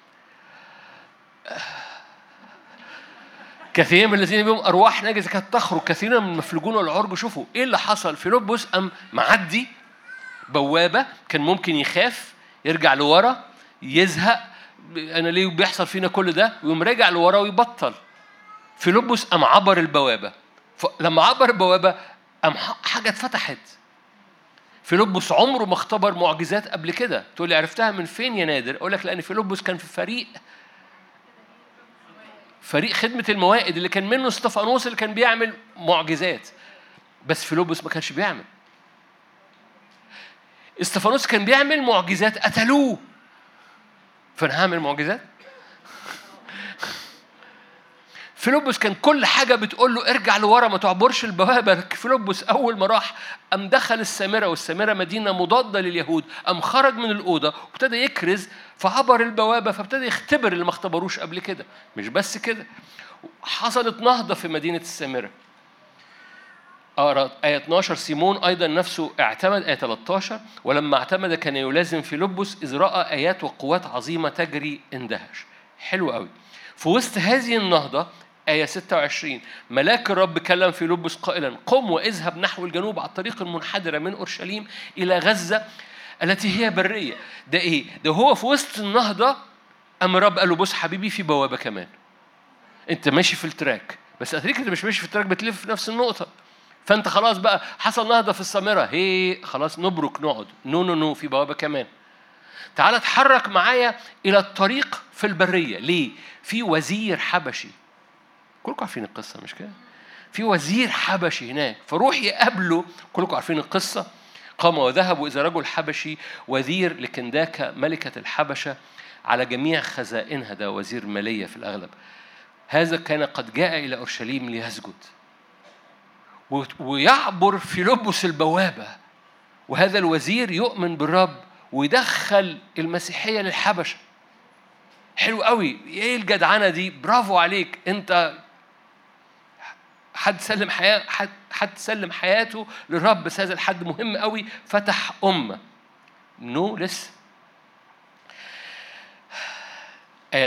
كثيرين من الذين بهم أرواح نجسة كانت تخرج، كثيرين من المفلوجون والعرج. شوفوا إيه اللي حصل. فيلبس قام معدي بوابة، كان ممكن يخاف يرجع لورا يزهق، أنا ليه بيحصل فينا كل ده، ويقوم راجع لورا ويبطل. فيلبس قام عبر البوابة. لما عبر البوابة قام حاجة اتفتحت. فيلبس عمره ما اختبر معجزات قبل كده. تقول لي عرفتها من فين يا نادر؟ أقول لك لأن فيلبس كان في فريق خدمة الموائد اللي كان منه استفانوس اللي كان بيعمل معجزات. بس فيلبس ما كانش بيعمل. استفانوس كان بيعمل معجزات، قتلوه. فأنا هعمل معجزات؟ فيلبس كان كل حاجة بتقول له ارجع لورا ما تعبرش البوابة. فيلبس أول ما راح أم دخل السامرة، والسامرة مدينة مضادة لليهود، أم خرج من الأوضة وابتدى يكرز، فعبر البوابة، فابتدى يختبر اللي ما اختبروش قبل كده. مش بس كده، حصلت نهضة في مدينة السامرة. آية 12 سيمون أيضا نفسه اعتمد. آية 13 ولما اعتمد كان يلازم فيلبس إذ رأى آيات وقوات عظيمة تجري اندهش. حلو قوي. في وسط هذه النهضة آية 26 ملاك الرب كلم فيلبس قائلا قم واذهب نحو الجنوب على الطريق المنحدرة من أورشليم إلى غزة التي هي برية. ده إيه؟ ده هو في وسط النهضة أم الرب قال له بص حبيبي في بوابة كمان. أنت ماشي في التراك، بس أتريك أنت مش ماشي في التراك، بتلف في نفس النقطة. فأنت خلاص بقى حصل نهضة في السامرة، هي خلاص نبرك نقعد. نو في بوابة كمان. تعال اتحرك معايا إلى الطريق في البرية. ليه؟ في وزير حبشي. كلكم عارفين القصة مش كده؟ في وزير حبشي هناك، فروح يقابله. كلكم عارفين القصة. قام وذهبوا إذا رجل حبشي وزير لكنداكا ملكة الحبشة على جميع خزائنها. ده وزير مالية في الأغلب. هذا كان قد جاء إلى أورشليم ليسجد. ويعبر فيلبس البوابة، وهذا الوزير يؤمن بالرب ويدخل المسيحية للحبشة. حلو قوي. ايه الجدعنة دي؟ برافو عليك. انت حد سلم حياته للرب، بس هذا الحد مهم قوي، فتح أمة. لسه آية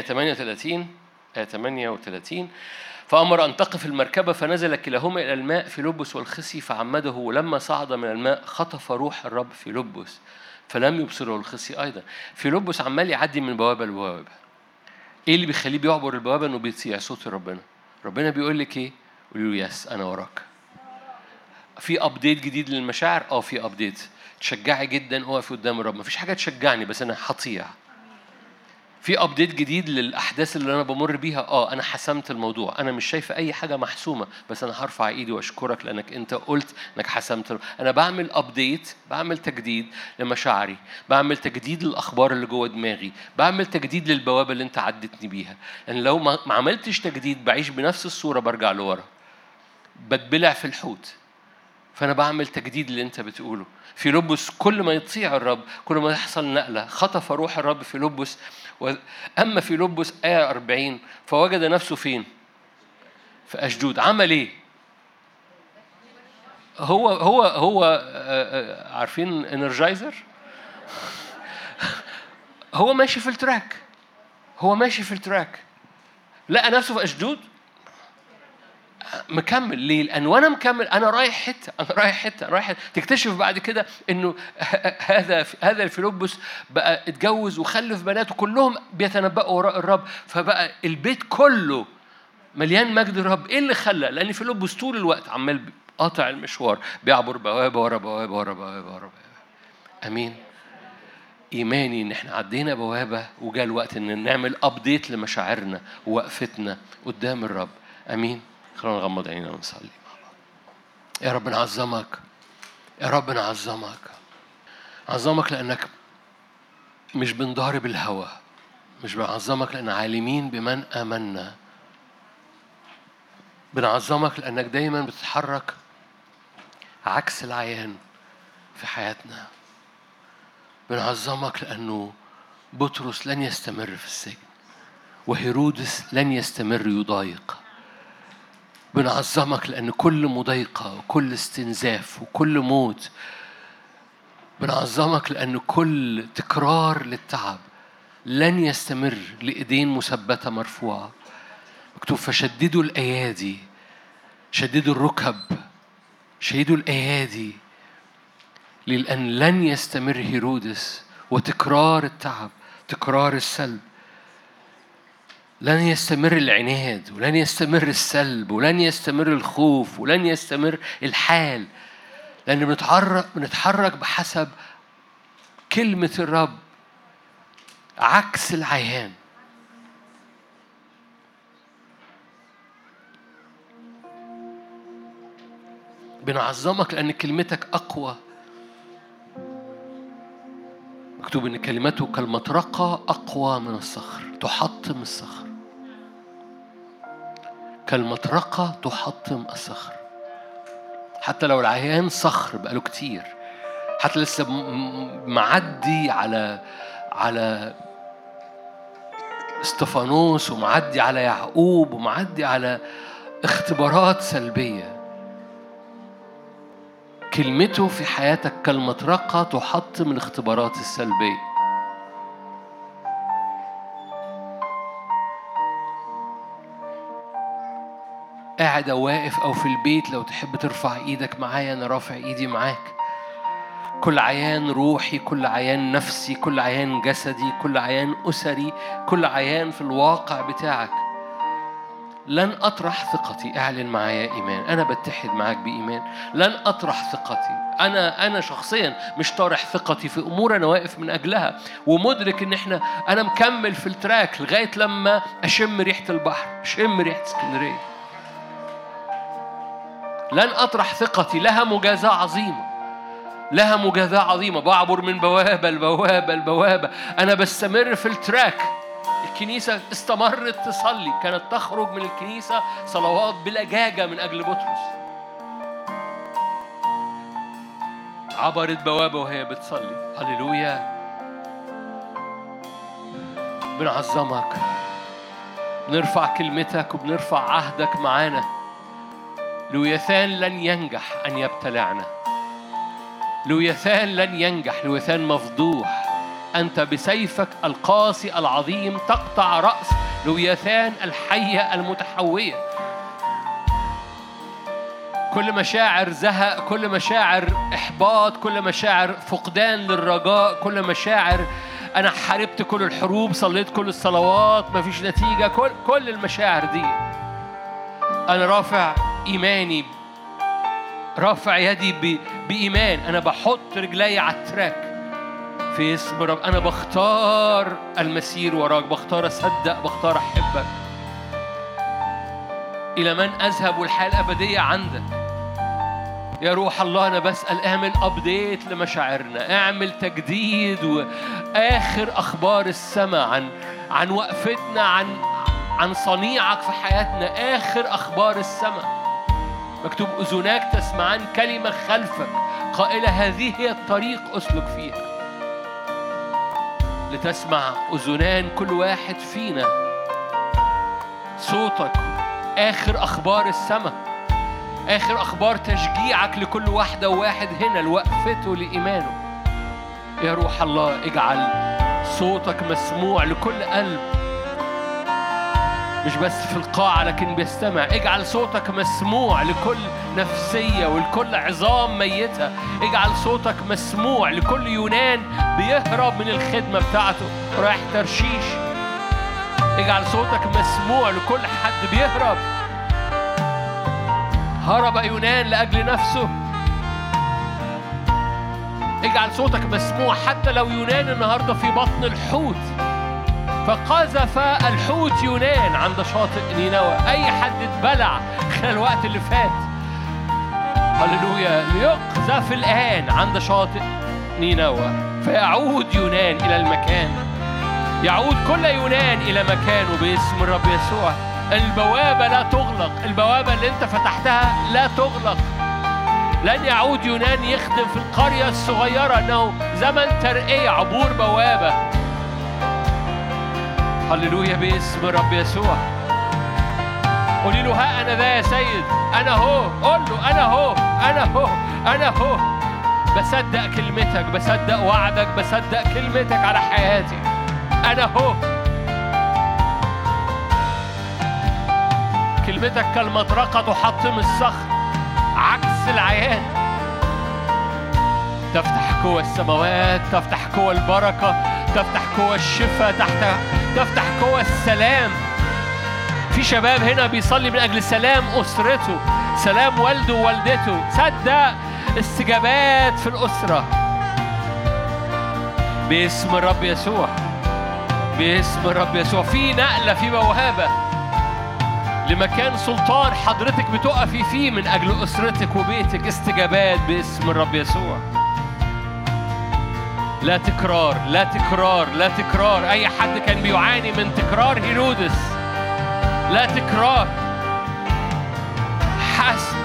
38 فأمر أن تقف المركبة فنزل كلاهما إلى الماء فيلبس والخصي فعمده. ولما صعد من الماء خطف روح الرب فيلبس فلم يبصره الخصي أيضا. فيلبس عمال يعدي من بوابة لبوابة. إيه اللي بيخليه بيعبر البوابة؟ إنه بيطيع صوت ربنا. ربنا بيقول لك إيه؟ قولوا له يس أنا وراك. في أبديت جديد للمشاعر. في أبديت. تشجعي جدا أقف قدام الرب. مفيش حاجة تشجعني بس أنا هطيع. في أبديت جديد للأحداث اللي أنا بمر بيها. أنا حسمت الموضوع. أنا مش شايفة أي حاجة محسومة، بس أنا هرفع إيدي وأشكرك لأنك أنت قلت أنك حسمت. أنا بعمل أبديت، بعمل تجديد لمشاعري، بعمل تجديد للأخبار اللي جوه دماغي، بعمل تجديد للبوابة اللي أنت عدتني بيها. لأن لو ما عملتش تجديد بعيش بنفس الصورة، برجع لورا، بتبلع في الحوت. فأنا بعمل تجديد اللي أنت بتقوله. فيلبس كل ما يطيع الرب كل ما يحصل نقلة. خطف روح الرب فيلبس. أما فيلبس آية 40 فوجد نفسه فين؟ في أشدود. عمل إيه؟ هو عارفين انرجايزر؟ هو ماشي في التراك، لقى نفسه في أشدود مكمل. ليه؟ لأن وأنا مكمل أنا رايح حتة تكتشف بعد كده إنه هذا الفيلبس بقى اتجوز وخلف بنات وكلهم بيتنبأوا وراء الرب، فبقى البيت كله مليان مجد الرب. إيه اللي خلى؟ لأن فيلبس طول الوقت عمال قاطع المشوار، بيعبر بوابة ورا بوابة. أمين. إيماني إن إحنا عدينا بوابة وجاء الوقت إن نعمل أبديت لمشاعرنا ووقفتنا قدام الرب. أمين. خلونا نغمض عينينا ونصلي. يا رب نعظمك، نعظمك لأنك مش بنضارب الهوى، مش بنعظمك لأن عالمين بمن آمنا، بنعظمك لأنك دايما بتتحرك عكس العيان في حياتنا. بنعظمك لأنه بطرس لن يستمر في السجن وهيرودس لن يستمر يضايق. بنعظمك لأن كل مضايقة وكل استنزاف وكل موت، بنعظمك لأن كل تكرار للتعب لن يستمر لإيدين مثبتة مرفوعة. مكتوب فشددوا الأيادي، شددوا الركب، شددوا الأيادي، لأن لن يستمر هيرودس وتكرار التعب، تكرار السلب. لن يستمر العناد، ولن يستمر السلب، ولن يستمر الخوف، ولن يستمر الحال، لأن بنتحرك بحسب كلمة الرب عكس العيان. بنعظمك لأن كلمتك أقوى. مكتوب إن كلمته كالمطرقة أقوى من الصخر، تحطم الصخر. كالمطرقة تحطم الصخر. حتى لو العيان صخر بقاله كتير، حتى لسه معدي على استفانوس ومعدي على يعقوب ومعدي على اختبارات سلبية، كلمته في حياتك كالمطرقة تحطم الاختبارات السلبية. قاعد أو واقف أو في البيت، لو تحب ترفع إيدك معايا أنا رافع إيدي معاك. كل عيان روحي، كل عيان نفسي، كل عيان جسدي، كل عيان أسري، كل عيان في الواقع بتاعك، لن أطرح ثقتي. اعلن معايا إيمان. أنا بتحد معاك بإيمان. لن أطرح ثقتي. أنا شخصيا مش طارح ثقتي في أمور أنا واقف من أجلها، ومدرك إن أنا مكمل في التراك لغاية لما أشم ريحة البحر، أشم ريحة اسكندرية. لن أطرح ثقتي. لها مجازاة عظيمة. بعبر من بوابة لبوابة. أنا بستمر في التراك. الكنيسة استمرت تصلي، كانت تخرج من الكنيسة صلوات بلجاجة من أجل بطرس. عبرت بوابة وهي بتصلي. هللويا. بنعظمك، بنرفع كلمتك وبنرفع عهدك معانا. لويثان لن ينجح أن يبتلعنا. لويثان لن ينجح. لويثان مفضوح. أنت بسيفك القاسي العظيم تقطع رأس لويثان الحية المتحوية. كل مشاعر زهق، كل مشاعر إحباط، كل مشاعر فقدان للرجاء، كل مشاعر أنا حاربت كل الحروب، صليت كل الصلوات مفيش نتيجة، كل المشاعر دي أنا رافع إيماني، رافع يدي بإيمان. أنا بحط رجلي على التراك في اسم رب. أنا بختار المسير وراك، بختار أصدق، بختار أحبك. إلى من أذهب والحياة الأبدية عندك يا روح الله. أنا بسأل اعمل أبديت لمشاعرنا، اعمل تجديد وآخر أخبار السماء عن وقفتنا، عن صنيعك في حياتنا. آخر أخبار السماء. مكتوب أذناك تسمعان كلمة خلفك قائلة هذه هي الطريق أسلك فيها. لتسمع أذنان كل واحد فينا صوتك. آخر أخبار السماء. آخر أخبار تشجيعك لكل واحدة وواحد هنا لوقفته لإيمانه. يا روح الله اجعل صوتك مسموع لكل قلب، مش بس في القاعة لكن بيستمع. اجعل صوتك مسموع لكل نفسية ولكل عظام ميتة. اجعل صوتك مسموع لكل يونان بيهرب من الخدمة بتاعته رايح ترشيش. اجعل صوتك مسموع لكل حد بيهرب. هرب يونان لأجل نفسه. اجعل صوتك مسموع حتى لو يونان النهاردة في بطن الحوت، فقذف الحوت يونان عند شاطئ نينوى. أي حد اتبلع خلال الوقت اللي فات، هللويا، ليقذف الآن عند شاطئ نينوى، فيعود يونان إلى المكان. يعود كل يونان إلى مكانه باسم الرب يسوع. البوابة لا تغلق، البوابة اللي انت فتحتها لا تغلق. لن يعود يونان يخدم في القرية الصغيرة، انه زمن ترقية، عبور بوابة. هللويا باسم الرب يسوع. قولي له ها أنا ذا يا سيد، أنا هو. قول له أنا هو، أنا هو، أنا هو. بصدق كلمتك، بصدق وعدك، بصدق كلمتك على حياتي. أنا هو. كلمتك كالمطرقة تحطم الصخر، عكس العيان. تفتح قوى السماوات، تفتح قوى البركة، تفتح قوى الشفاء، تفتح قوى السلام. في شباب هنا بيصلي من أجل سلام أسرته، سلام والده ووالدته. صدق استجابات في الأسرة باسم الرب يسوع، باسم الرب يسوع. في نقلة، في بوابة لمكان سلطان حضرتك بتقفي فيه من أجل أسرتك وبيتك. استجابات باسم الرب يسوع. لا تكرار، لا تكرار، لا تكرار. أي حد كان بيعاني من تكرار هيرودس، لا تكرار. حسن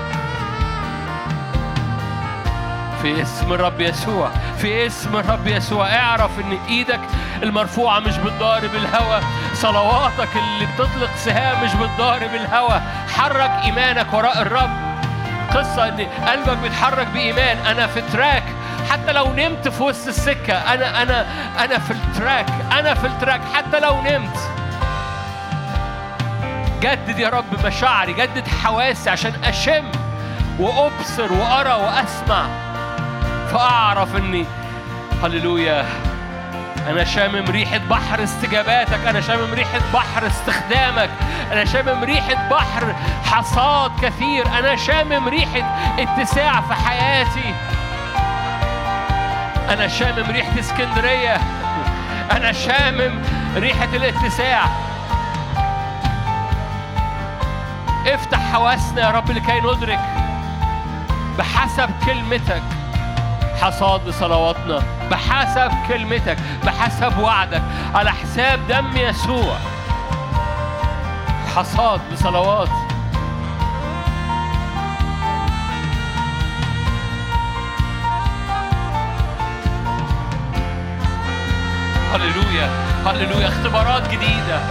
في اسم الرب يسوع، في اسم الرب يسوع. اعرف ان ايدك المرفوعة مش بتضارب الهوى، صلواتك اللي بتطلق سهام مش بتضارب الهوى. حرك ايمانك وراء الرب. قصة ان قلبك بيتحرك بايمان. انا في تراك، حتى لو نمت في وسط السكة، انا في التراك، انا في التراك حتى لو نمت. جدد يا رب مشاعري، جدد حواسي عشان اشم وابصر وارى واسمع، فاعرف اني هللويا انا شامم ريحة بحر استجاباتك، انا شامم ريحة بحر استخدامك، انا شامم ريحة بحر حصاد كثير، انا شامم ريحة اتساع في حياتي، انا شامم ريحة اسكندرية، انا شامم ريحة الاتساع. افتح حواسنا يا رب لكي ندرك بحسب كلمتك حصاد لصلواتنا، بحسب كلمتك، بحسب وعدك، على حساب دم يسوع حصاد لصلوات. هللويا هللويا. اختبارات جديدة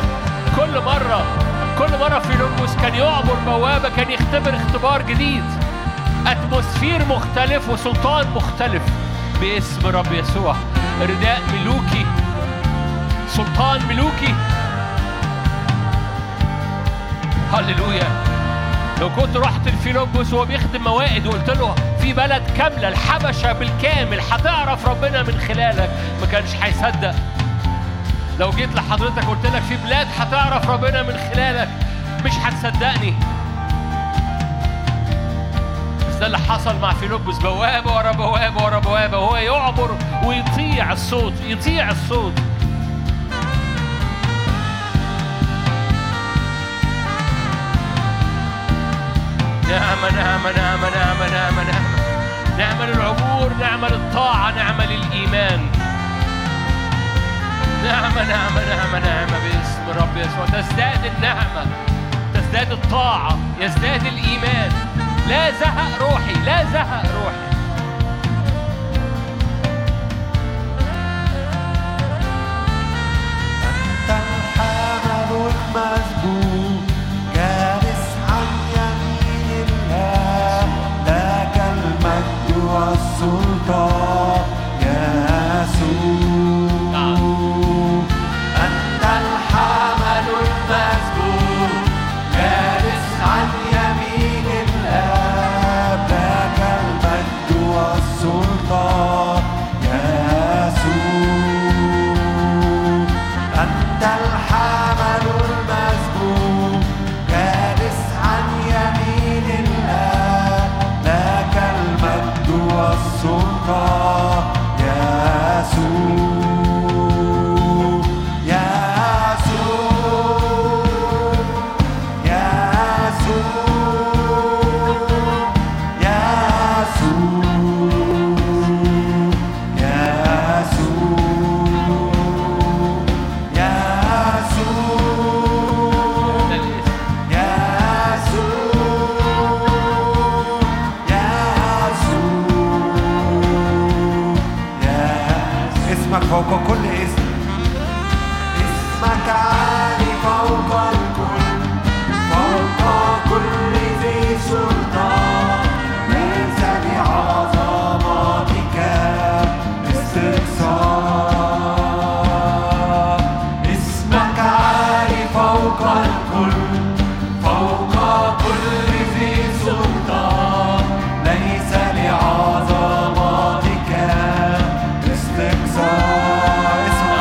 كل مرة في لوموس كان يعبر بوابة، كان يختبر اختبار جديد، أتموسفير مختلف وسلطان مختلف باسم رب يسوع. رداء ملوكي، سلطان ملوكي. هللويا. لو كنت رحت لفيلبس وهو بيخدم موائد وقلت له في بلد كاملة الحبشة بالكامل هتعرف ربنا من خلالك، ما كانش هيصدق. لو جيت لحضرتك قلت لك في بلاد هتعرف ربنا من خلالك، مش هتصدقني. بس ده اللي حصل مع فيلبس، بوابة ورا بوابة ورا بوابة، وهو يعبر ويطيع الصوت، يطيع الصوت. نعمة نعمة نعمة نعمة نعمة نعمة، نعمة للعبور، نعمة للطاعة، نعمة للإيمان. نعمة نعمة نعمة نعمة باسم الرب يسوع. تزداد النعمة، تزداد الطاعة، يزداد الإيمان. لا زهق روحي، لا زهق روحي. أنت الحمل المسبوق جالس عن يمين الله، والسلطان يسوع. أنت الحمل المسبوق جالس عن يمين الله، لك المجد والسلطان يسوع. فوق كل اسم، اسمك عالي فوق الكل، فوق كل ذي سلطان، ليس بعظمتك استقصاء. اسمك عالي فوق الكل، فوق كل ذي سلطان، ليس لعظمتك استقصاء.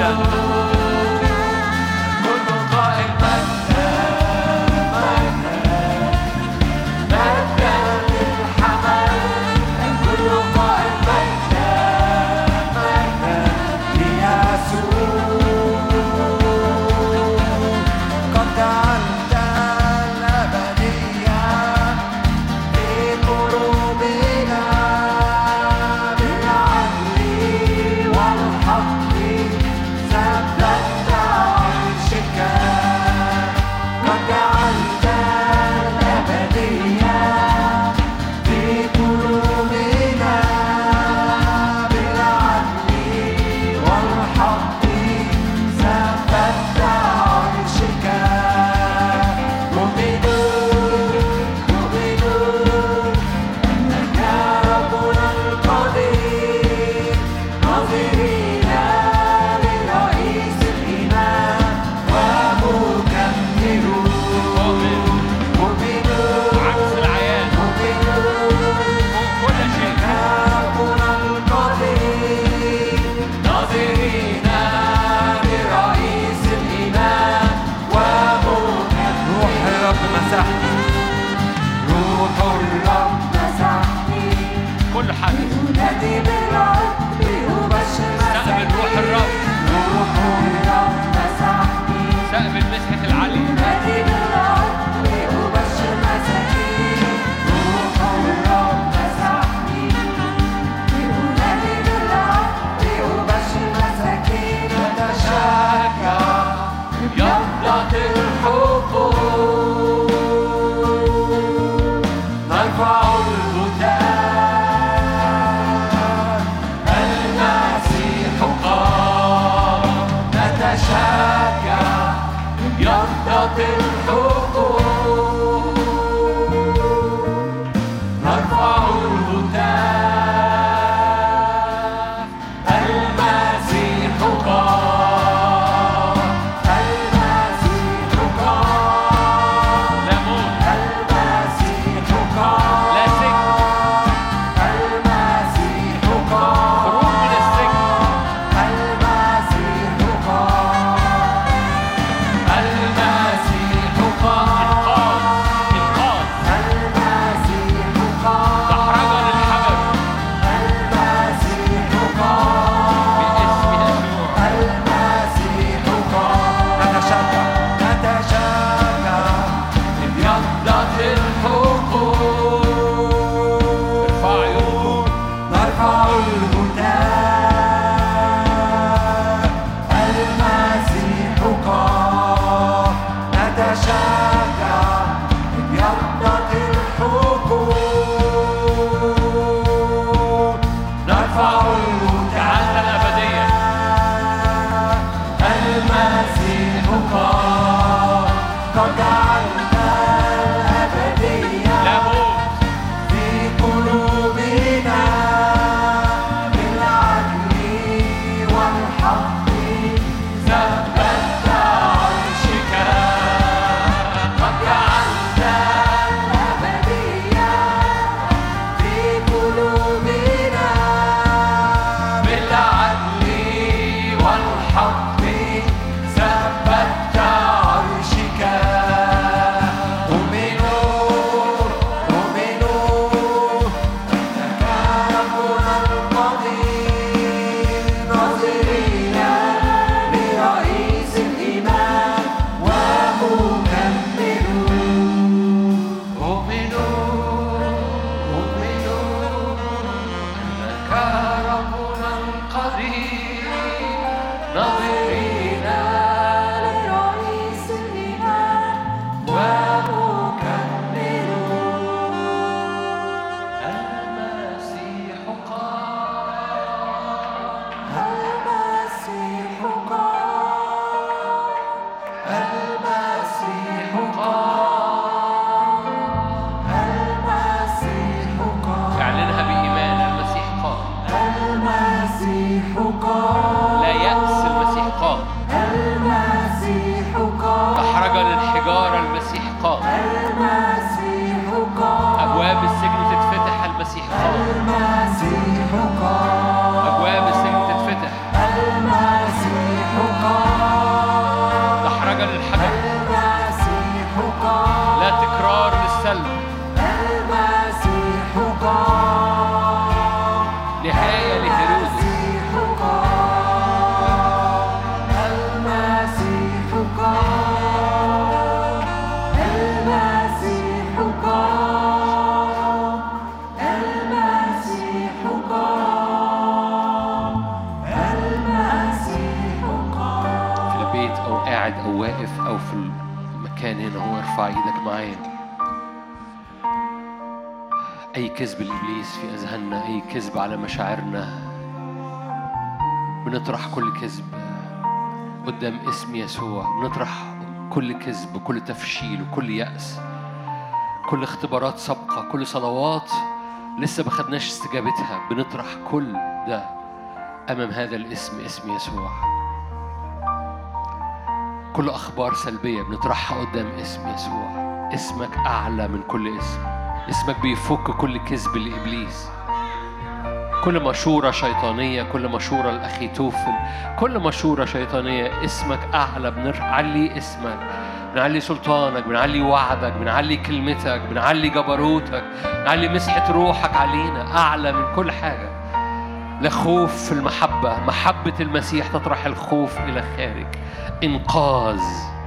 المسيح البيت أو قاعد أو واقف أو في المكان هنا، هو ارفع إيدك معايا. أي كذب الإبليس في أذهاننا، أي كذب على مشاعرنا، بنطرح كل كذب قدام اسم يسوع. بنطرح كل كذب، كل تفشيل وكل يأس، كل اختبارات سابقة، كل صلوات لسه ما خدناش استجابتها. بنطرح كل ده أمام هذا الاسم، اسم يسوع. كل أخبار سلبية بنطرحها قدام اسم يسوع. اسمك أعلى من كل اسم. اسمك بيفك كل كذب لإبليس، كل مشورة شيطانية، كل مشورة لأخيتوفل، كل مشورة شيطانية. اسمك أعلى. بنعلي اسمك، بنعلي سلطانك، بنعلي وعدك، بنعلي كلمتك، بنعلي جبروتك، بنعلي مسحة روحك علينا أعلى من كل حاجة. لا خوف في المحبة. محبة المسيح تطرح الخوف إلى خارج. إنقاذ،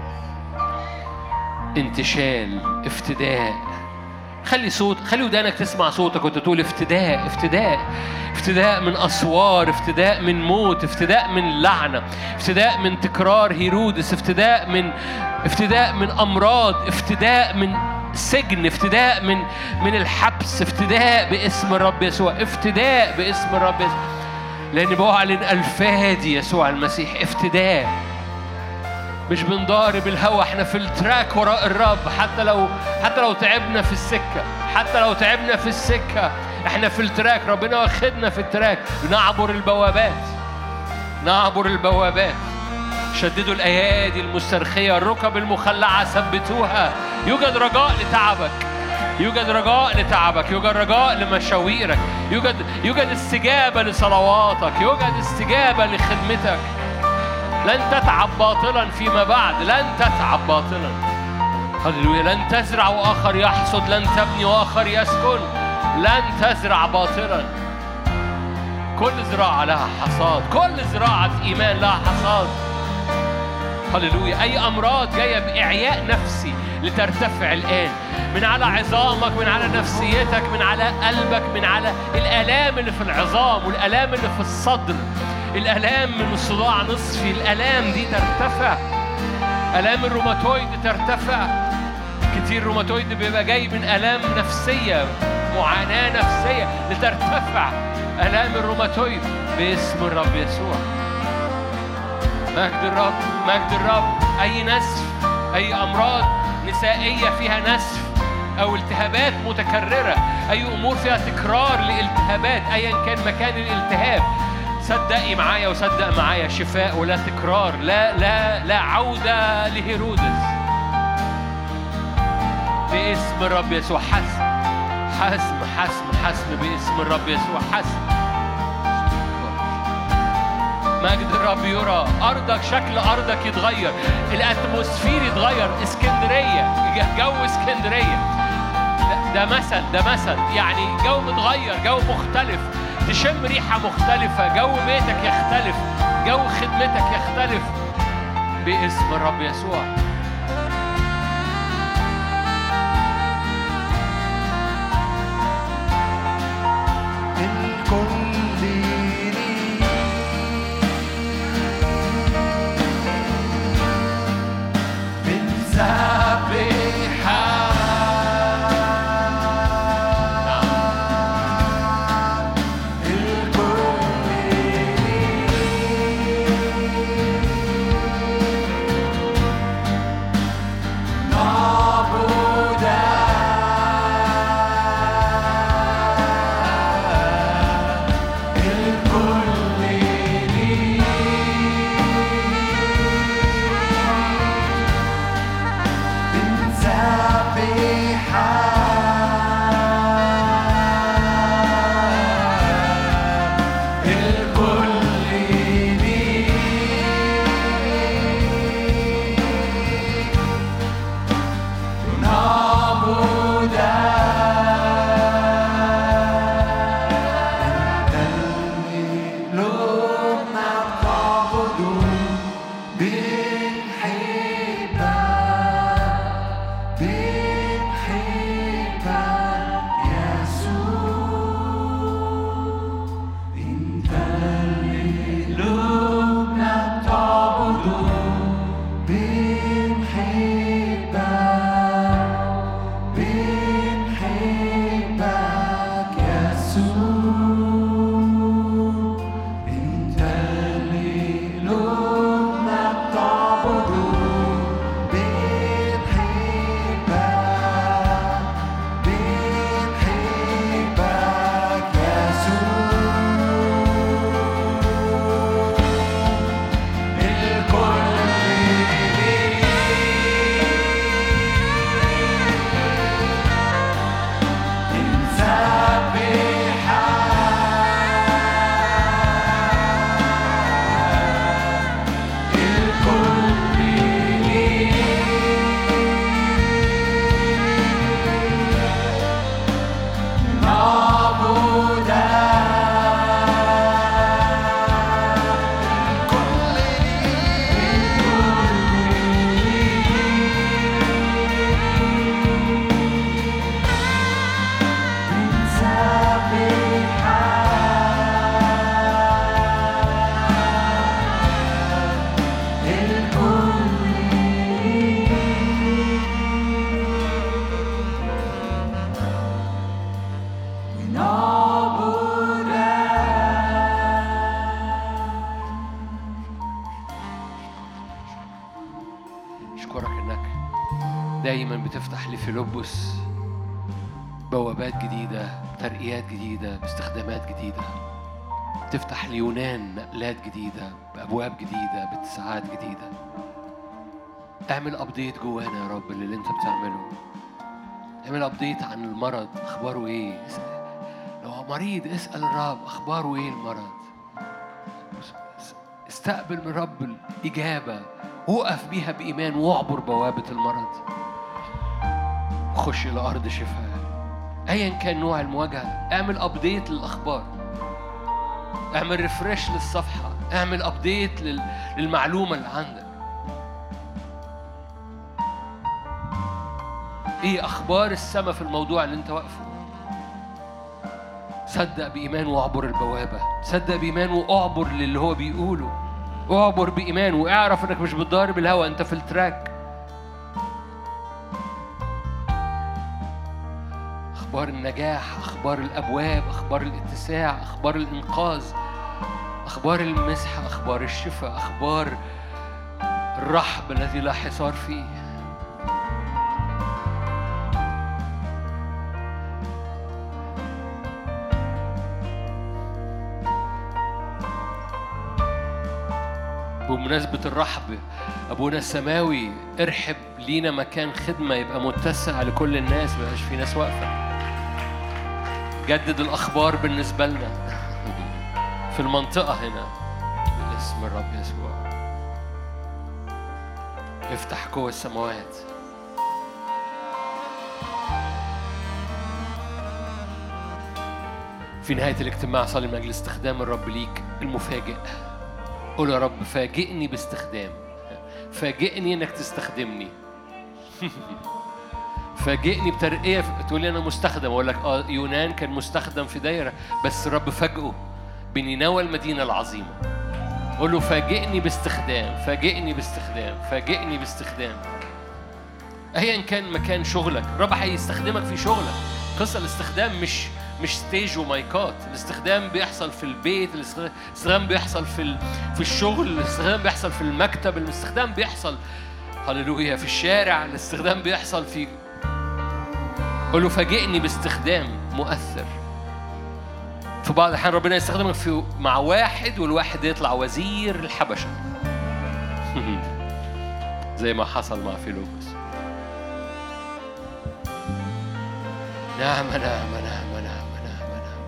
انتشال، افتداء. خلي ودانك تسمع صوتك وانت تقول افتداء، افتداء، افتداء من أسوار، افتداء من موت، افتداء من لعنة، افتداء من تكرار هيرودس، افتداء من أمراض، افتداء من سجن، افتداء من الحبس، افتداء باسم الرب يسوع، افتداء باسم الرب يسوع. لأني بعلن الفادي يسوع المسيح افتداء. مش بنضارب الهوا، احنا في التراك وراء الرب. حتى لو تعبنا في السكة، حتى لو تعبنا في السكة، احنا في التراك. ربنا واخدنا في التراك. نعبر البوابات، نعبر البوابات. شددوا الأيادي المسترخية، الركب المخلعة ثبتوها. يوجد رجاء لتعبك، يوجد رجاء لتعبك، يوجد رجاء لمشاويرك، يوجد استجابة لصلواتك، يوجد استجابة لخدمتك. لن تتعب باطلا فيما بعد، لن تتعب باطلا. هللويا. لن تزرع وآخر يحصد، لن تبني وآخر يسكن، لن تزرع باطلا. كل زراعة لها حصاد، كل زراعة إيمان لها حصاد. هللويا. أي أمراض جاية بإعياء نفسي لترتفع الآن من على عظامك، من على نفسيتك، من على قلبك، من على الآلام اللي في العظام والآلام اللي في الصدر، الآلام من الصداع نصفي. الآلام دي ترتفع. آلام الروماتويد ترتفع. كتير روماتويد بيبقى جاي من آلام نفسية، معاناة نفسية، لترتفع آلام الروماتويد باسم الرب يسوع. مجد الرب، مجد الرب. أي نسف، أي أمراض نسائية فيها نسف أو التهابات متكررة، أي أمور فيها تكرار لالتهابات، أيا كان مكان الالتهاب، صدقي معايا وصدق معايا، شفاء ولا تكرار، لا عودة لهيرودس باسم الرب يسوع. حسم باسم الرب يسوع. مجد الرب يرى. أرضك، شكل أرضك يتغير، الأتموسفير يتغير. اسكندرية، جو اسكندرية ده مثل يعني جو متغير، جو مختلف. تشم ريحة مختلفة، جو بيتك يختلف، جو خدمتك يختلف باسم الرب يسوع. أشكرك إنك دايما بتفتح لفيلبس بوابات جديدة، ترقيات جديدة، باستخدامات جديدة. تفتح ليونان نقلات جديدة، بأبواب جديدة، باتساعات جديدة. اعمل أبديت جوانا يا رب اللي انت بتعمله. اعمل أبديت عن المرض، أخباره إيه؟ لو مريض اسأل الرب أخباره إيه المرض. استقبل من رب الإجابة، وقف بيها بإيمان واعبر بوابة المرض. خش إلى أرض شفاء. أيا كان نوع المواجهة، اعمل أبديت للأخبار، اعمل ريفريش للصفحة، اعمل أبديت للمعلومة اللي عندك. إيه أخبار السماء في الموضوع اللي أنت واقفه؟ صدق بإيمان واعبر البوابة، صدق بإيمان واعبر للي هو بيقوله، اعبر بإيمان واعرف إنك مش بتضارب الهوا، أنت في التراك. أخبار النجاح، أخبار الأبواب، أخبار الاتساع، أخبار الإنقاذ، أخبار المسحة، أخبار الشفاء، أخبار الرحب الذي لا حصار فيه. بمناسبة الرحب، أبونا السماوي ارحب لينا مكان خدمة يبقى متسع لكل الناس، مبقاش في ناس واقفة. جدد الأخبار بالنسبة لنا في المنطقة هنا باسم الرب يسوع. افتح قوة السماوات. في نهاية الاجتماع صلي من أجل استخدام الرب ليك المفاجئ. قول يا رب فاجئني باستخدام، فاجئني انك تستخدمني. فاجئني بترقية. تقول لي انا مستخدم، اقول لك يونان كان مستخدم في دايرة، بس الرب فاجئه بنينوى المدينة العظيمة. قول له فاجئني باستخدام، فاجئني باستخدام، فاجئني باستخدام. ايا كان مكان شغلك الرب هيستخدمك في شغلك. قصة الاستخدام مش ستيج ومايكات. الاستخدام بيحصل في البيت، الاستخدام بيحصل في الشغل، الاستخدام بيحصل في المكتب، الاستخدام بيحصل هللويا في الشارع، الاستخدام بيحصل في. قول له فاجئني باستخدام مؤثر. في بعض الأحيان ربنا يستخدمك مع واحد، والواحد ده يطلع وزير الحبشة. زي ما حصل مع فيلبس. نعم نعم نعم نعم نعم نعم.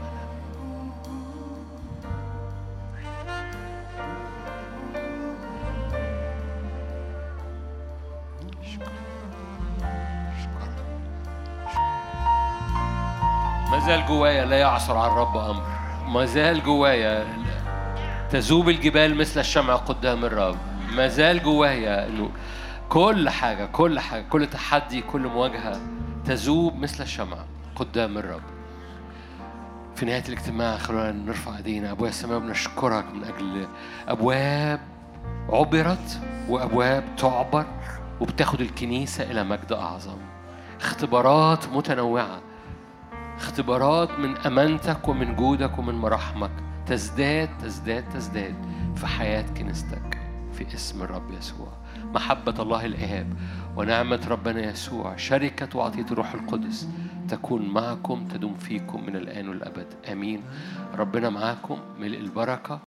ما زال جوايا لا يعصر على الرب أمر. ما زال جوايا تذوب الجبال مثل الشمع قدام الرب. ما زال جوايا إنه كل حاجة كل تحدي كل مواجهة تذوب مثل الشمع قدام الرب. في نهاية الاجتماع خلونا نرفع ايدينا. أبويا السماوي بنشكرك من أجل أبواب عبرت وأبواب تعبر وبتاخد الكنيسة إلى مجد أعظم. اختبارات متنوعة، اختبارات من أمانتك ومن جودك ومن مراحمك تزداد تزداد تزداد في حياة كنيستك في اسم الرب يسوع. محبة الله الآب ونعمة ربنا يسوع شركة وعطية الروح القدس تكون معكم تدوم فيكم من الآن والأبد. آمين. ربنا معاكم، ملء البركة.